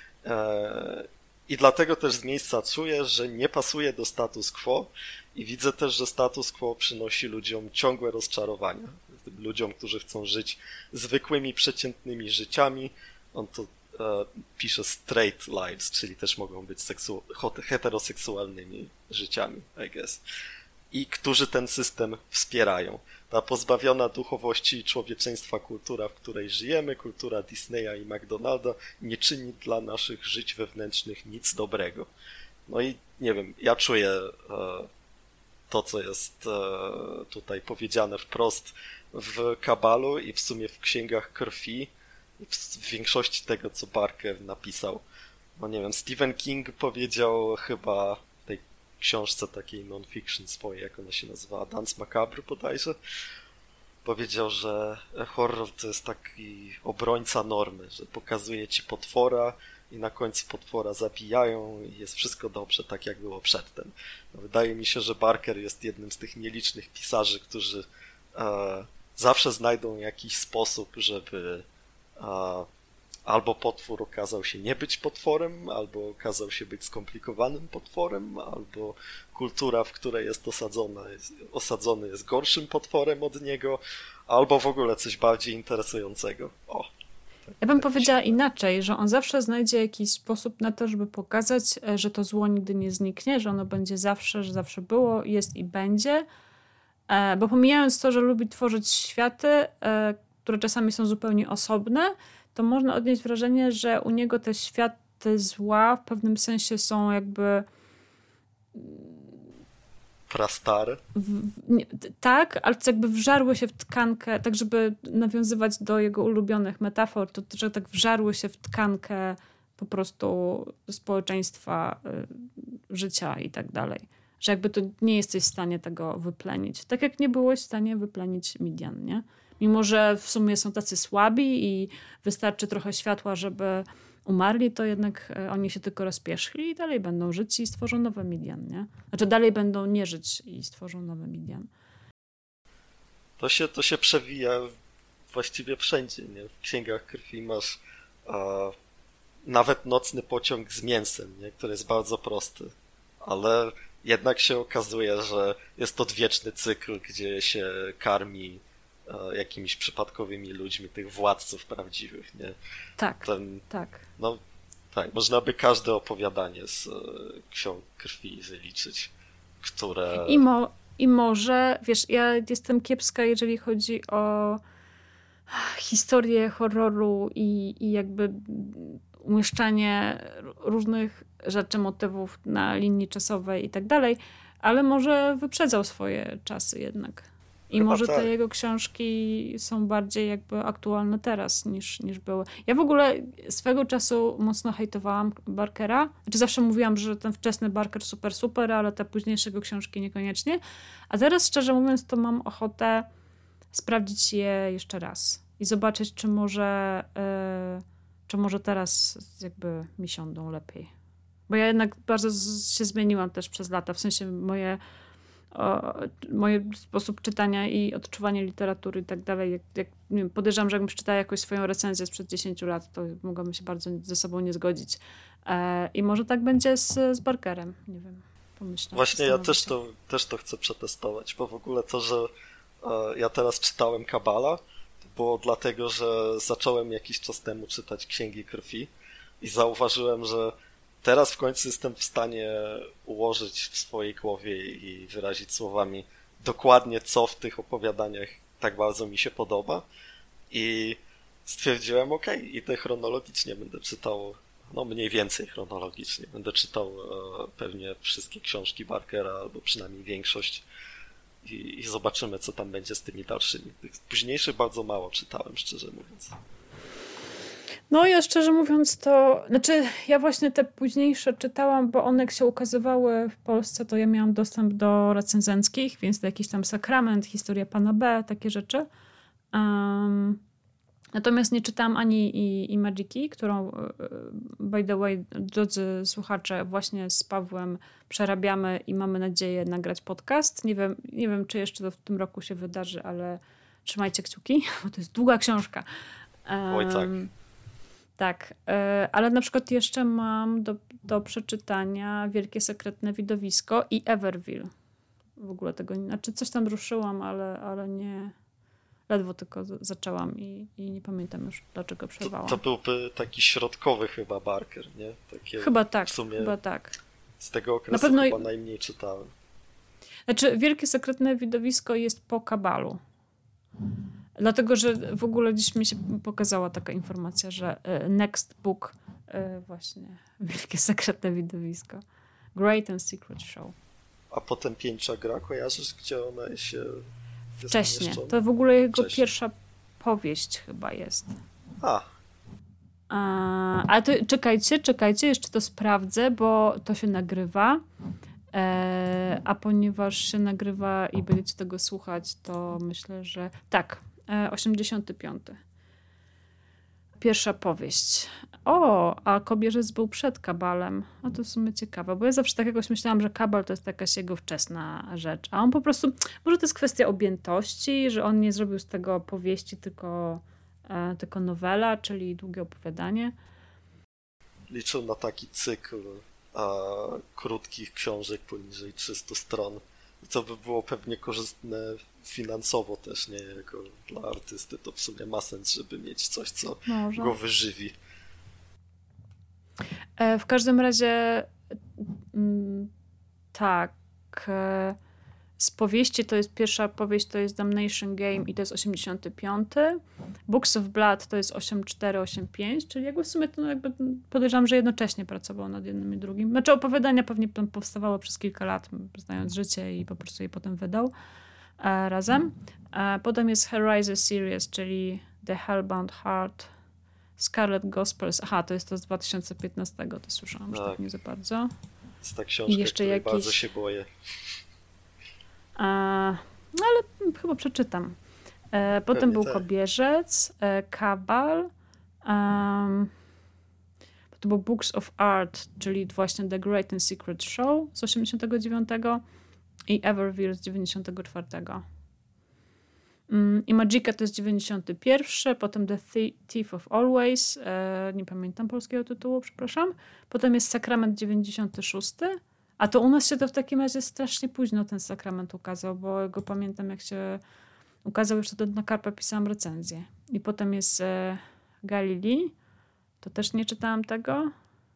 I dlatego też z miejsca czuję, że nie pasuje do status quo i widzę też, że status quo przynosi ludziom ciągłe rozczarowania. Tym ludziom, którzy chcą żyć zwykłymi, przeciętnymi życiami. On to e, pisze straight lives, czyli też mogą być seksu- heteroseksualnymi życiami, I guess. I którzy ten system wspierają. Ta pozbawiona duchowości i człowieczeństwa kultura, w której żyjemy, kultura Disneya i McDonalda, nie czyni dla naszych żyć wewnętrznych nic dobrego. No i nie wiem, ja czuję e, to, co jest e, tutaj powiedziane wprost w Kabalu i w sumie w Księgach Krwi, w większości tego, co Barker napisał. No nie wiem, Stephen King powiedział chyba w tej książce takiej non-fiction swojej, jak ona się nazywa, Dance Macabre bodajże, powiedział, że horror to jest taki obrońca normy, że pokazuje ci potwora i na końcu potwora zabijają i jest wszystko dobrze, tak jak było przedtem. No, wydaje mi się, że Barker jest jednym z tych nielicznych pisarzy, którzy e, zawsze znajdą jakiś sposób, żeby a, albo potwór okazał się nie być potworem, albo okazał się być skomplikowanym potworem, albo kultura, w której jest osadzona, jest, osadzony jest gorszym potworem od niego, albo w ogóle coś bardziej interesującego. O, tak, ja bym tak powiedziała się... inaczej, że on zawsze znajdzie jakiś sposób na to, żeby pokazać, że to zło nigdy nie zniknie, że ono będzie zawsze, że zawsze było, jest i będzie. Bo pomijając to, że lubi tworzyć światy, które czasami są zupełnie osobne, to można odnieść wrażenie, że u niego te światy zła w pewnym sensie są jakby... Prastare? W, nie, tak, ale to jakby wżarły się w tkankę, tak żeby nawiązywać do jego ulubionych metafor, to że tak wżarły się w tkankę po prostu społeczeństwa, y, życia i tak dalej. Że jakby to nie jesteś w stanie tego wyplenić. Tak jak nie byłeś w stanie wyplenić Midian, nie? Mimo że w sumie są tacy słabi i wystarczy trochę światła, żeby umarli, to jednak oni się tylko rozpieszli i dalej będą żyć i stworzą nowe Midian, nie? Znaczy dalej będą nie żyć i stworzą nowe Midian. To się, to się przewija właściwie wszędzie, nie? W Księgach Krwi masz a, nawet nocny pociąg z mięsem, nie? Który jest bardzo prosty, ale jednak się okazuje, że jest to odwieczny cykl, gdzie się karmi e, jakimiś przypadkowymi ludźmi, tych władców prawdziwych, nie? Tak, Ten, tak. No, tak, można by każde opowiadanie z e, Ksiąg Krwi wyliczyć, które... I, mo, I może, wiesz, ja jestem kiepska, jeżeli chodzi o historię horroru i, i jakby umieszczanie różnych rzeczy, motywów na linii czasowej i tak dalej, ale może wyprzedzał swoje czasy jednak. I Chyba może tak. te jego książki są bardziej jakby aktualne teraz niż, niż były. Ja w ogóle swego czasu mocno hejtowałam Barkera. Znaczy zawsze mówiłam, że ten wczesny Barker super, super, ale te późniejsze jego książki niekoniecznie. A teraz szczerze mówiąc to mam ochotę sprawdzić je jeszcze raz i zobaczyć, czy może, yy, czy może teraz jakby mi siądą lepiej. Bo ja jednak bardzo z, się zmieniłam też przez lata. W sensie moje O, moje sposób czytania i odczuwania literatury i tak dalej. Jak, jak, nie wiem, podejrzewam, że jakbym przeczytała jakąś swoją recenzję sprzed dziesięciu lat, to mogłabym się bardzo ze sobą nie zgodzić. E, I może tak będzie z, z Barkerem. Nie wiem. Pomyślę. Właśnie ja też to, też to chcę przetestować, bo w ogóle to, że e, ja teraz czytałem Kabala, to było dlatego, że zacząłem jakiś czas temu czytać Księgi Krwi i zauważyłem, że teraz w końcu jestem w stanie ułożyć w swojej głowie i wyrazić słowami dokładnie, co w tych opowiadaniach tak bardzo mi się podoba. I stwierdziłem, okej, okay, idę chronologicznie, będę czytał, no mniej więcej chronologicznie, będę czytał e, pewnie wszystkie książki Barkera, albo przynajmniej większość i, i zobaczymy, co tam będzie z tymi dalszymi. Tych późniejszych bardzo mało czytałem, szczerze mówiąc. No ja szczerze mówiąc to, znaczy ja właśnie te późniejsze czytałam, bo one jak się ukazywały w Polsce, to ja miałam dostęp do recenzenckich, więc to jakiś tam Sakrament, Historia Pana B, takie rzeczy. Um, natomiast nie czytałam ani i, i Magiki, którą by the way, drodzy słuchacze, właśnie z Pawłem przerabiamy i mamy nadzieję nagrać podcast. Nie wiem, nie wiem czy jeszcze to w tym roku się wydarzy, ale trzymajcie kciuki, bo to jest długa książka. Um, Oj tak. Tak, ale na przykład jeszcze mam do, do przeczytania Wielkie Sekretne Widowisko i Everville. W ogóle tego nie, znaczy coś tam ruszyłam, ale, ale nie, ledwo tylko zaczęłam i, i nie pamiętam już dlaczego przerwałam. To, to byłby taki środkowy chyba Barker, nie? Takie chyba tak, w sumie chyba tak. Z tego okresu na pewno chyba najmniej czytałem. Znaczy Wielkie Sekretne Widowisko jest po Kabalu. Dlatego, że w ogóle dziś mi się pokazała taka informacja, że next book właśnie Wielkie Sekretne Widowisko. Great and Secret Show. A potem Pięcia Gra, kojarzysz, gdzie ona się Wcześniej. To w ogóle jego Wcześniej. Pierwsza powieść chyba jest. A. A, ale to czekajcie, czekajcie, jeszcze to sprawdzę, bo to się nagrywa. E, a ponieważ się nagrywa i będziecie tego słuchać, to myślę, że tak. osiemdziesiąty piąty. Pierwsza powieść. O, a Kobierzec był przed Kabalem. No to w sumie ciekawe, bo ja zawsze tak jakoś myślałam, że Kabal to jest jakaś jego wczesna rzecz, a on po prostu, może to jest kwestia objętości, że on nie zrobił z tego powieści, tylko, e, tylko nowela, czyli długie opowiadanie. Liczył na taki cykl a, krótkich książek poniżej trzystu stron. Co by było pewnie korzystne finansowo też, nie? Jako dla artysty to w sumie ma sens, żeby mieć coś, co Może. go wyżywi. E, w każdym razie m, tak. E, z powieści to jest pierwsza powieść, to jest Damnation Game i to jest osiemdziesiąty piąty. Books of Blood to jest osiemdziesiąt cztery osiemdziesiąt pięć, czyli jakby w sumie to jakby podejrzewam, że jednocześnie pracował nad jednym i drugim. Znaczy opowiadania pewnie tam powstawało przez kilka lat, znając życie i po prostu je potem wydał e, razem. E, potem jest Hellraiser Series, czyli The Hellbound Heart, Scarlet Gospels. Aha, to jest to z dwa tysiące piętnastego, to słyszałam, tak. Że tak nie za bardzo. Jest ta książka, jeszcze której jakiś... bardzo się boję. E, no ale chyba przeczytam. E, potem Pewnie był tak. Kobierzec, e, Kabal, um, to był Books of Art, czyli właśnie The Great and Secret Show z osiemdziesiątego dziewiątego i Everville z dziewięćdziesiątego czwartego. Um, I Magika to jest dziewięćdziesiąty pierwszy, potem The Thief of Always, e, nie pamiętam polskiego tytułu, przepraszam. Potem jest Sakrament dziewięćdziesiąty szósty. A to u nas się to w takim razie strasznie późno ten Sakrament ukazał, bo go pamiętam jak się ukazał, już wtedy na Karpę pisałam recenzję. I potem jest e, Galilei, to też nie czytałam tego.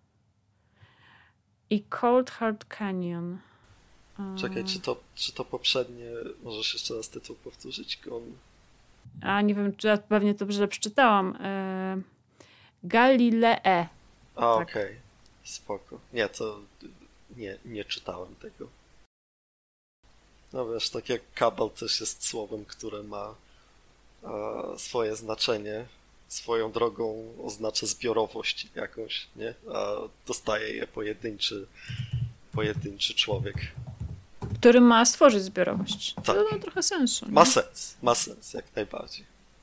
I Cold Hard Canyon. Czekaj, czy to, czy to poprzednie, możesz jeszcze raz tytuł powtórzyć? On... A nie wiem, czy ja pewnie to źle przeczytałam. E, Galilei. A, tak. Okej, okay. Spoko. Nie, to... Nie, nie czytałem tego. No wiesz, tak jak Kabal też jest słowem, które ma a, swoje znaczenie, swoją drogą oznacza zbiorowość jakąś, nie? A dostaje je pojedynczy, pojedynczy człowiek. Który ma stworzyć zbiorowość. Tak. To ma trochę sensu. Nie? Ma sens, ma sens, jak najbardziej.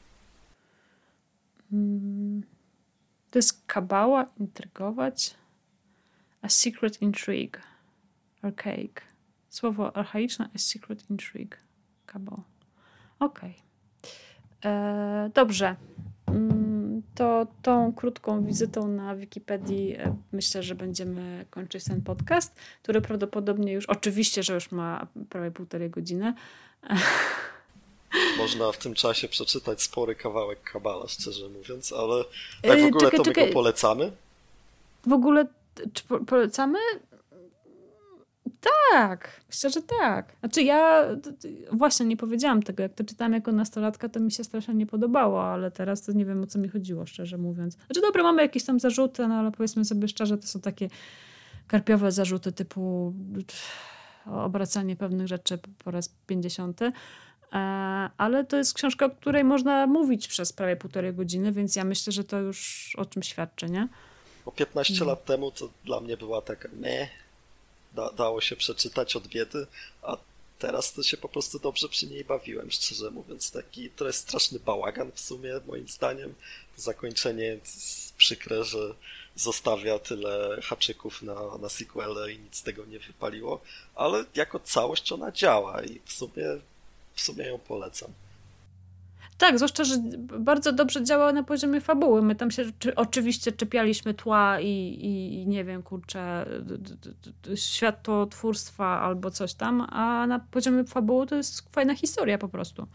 Hmm. To jest kabała, intrygować. A secret intrigue. Archaic. Słowo archaiczne, a secret intrigue. Kabał. Okej. Okay. Dobrze. To tą krótką wizytą na Wikipedii myślę, że będziemy kończyć ten podcast, który prawdopodobnie już, oczywiście, że już ma prawie półtorej godziny. Można w tym czasie przeczytać spory kawałek Kabala, szczerze mówiąc, ale tak w ogóle czekaj, to my czekaj. go polecamy? W ogóle czy polecamy? Tak, myślę, że tak. Znaczy ja właśnie nie powiedziałam tego, jak to czytałam jako nastolatka, to mi się strasznie nie podobało, ale teraz to nie wiem, o co mi chodziło, szczerze mówiąc. Znaczy dobra, mamy jakieś tam zarzuty, no ale powiedzmy sobie szczerze, to są takie karpiowe zarzuty typu obracanie pewnych rzeczy po raz pięćdziesiąty. Ale to jest książka, o której można mówić przez prawie półtorej godziny, więc ja myślę, że to już o czym świadczy, nie? Bo piętnaście no. lat temu to dla mnie była taka nie, da, dało się przeczytać od biedy, a teraz to się po prostu dobrze przy niej bawiłem, szczerze mówiąc. Taki, to jest straszny bałagan w sumie, moim zdaniem. Zakończenie jest przykre, że zostawia tyle haczyków na, na sequele i nic z tego nie wypaliło, ale jako całość ona działa i w sumie, w sumie ją polecam. Tak, zwłaszcza, że bardzo dobrze działa na poziomie fabuły. My tam się czy, oczywiście czepialiśmy tła i, i, i nie wiem, kurczę, światotwórstwa albo coś tam, a na poziomie fabuły to jest fajna historia po prostu.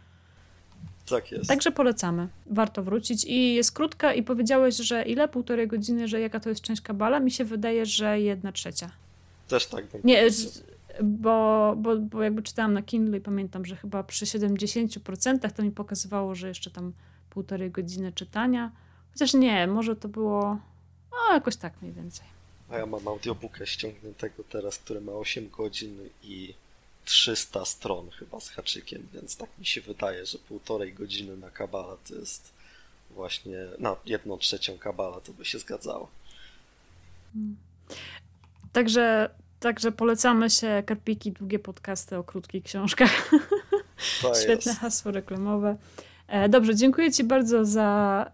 Tak jest. Także polecamy. Warto wrócić. I jest krótka i powiedziałeś, że ile? Półtorej godziny, że jaka to jest część Kabala? Mi się wydaje, że jedna trzecia. Też tak. tak nie, bo, bo, bo jakby czytałam na Kindle i pamiętam, że chyba przy siedemdziesiąt procent to mi pokazywało, że jeszcze tam półtorej godziny czytania. Chociaż nie, może to było no, jakoś tak mniej więcej. A ja mam audiobooka ściągniętego teraz, który ma osiem godzin i trzysta stron chyba z haczykiem, więc tak mi się wydaje, że półtorej godziny na Kabala to jest właśnie, na jedną trzecią Kabala to by się zgadzało. Hmm. Także, także polecamy się karpiki, długie podcasty o krótkich książkach. To Świetne jest. hasło reklamowe. Dobrze, dziękuję Ci bardzo za,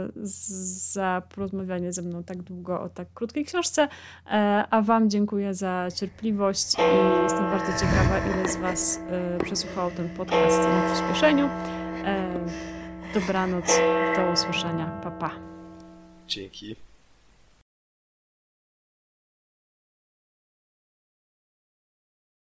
za porozmawianie ze mną tak długo o tak krótkiej książce, a Wam dziękuję za cierpliwość i jestem bardzo ciekawa, ile z Was przesłuchało ten podcast na przyspieszeniu. Dobranoc, do usłyszenia, pa pa. Dzięki.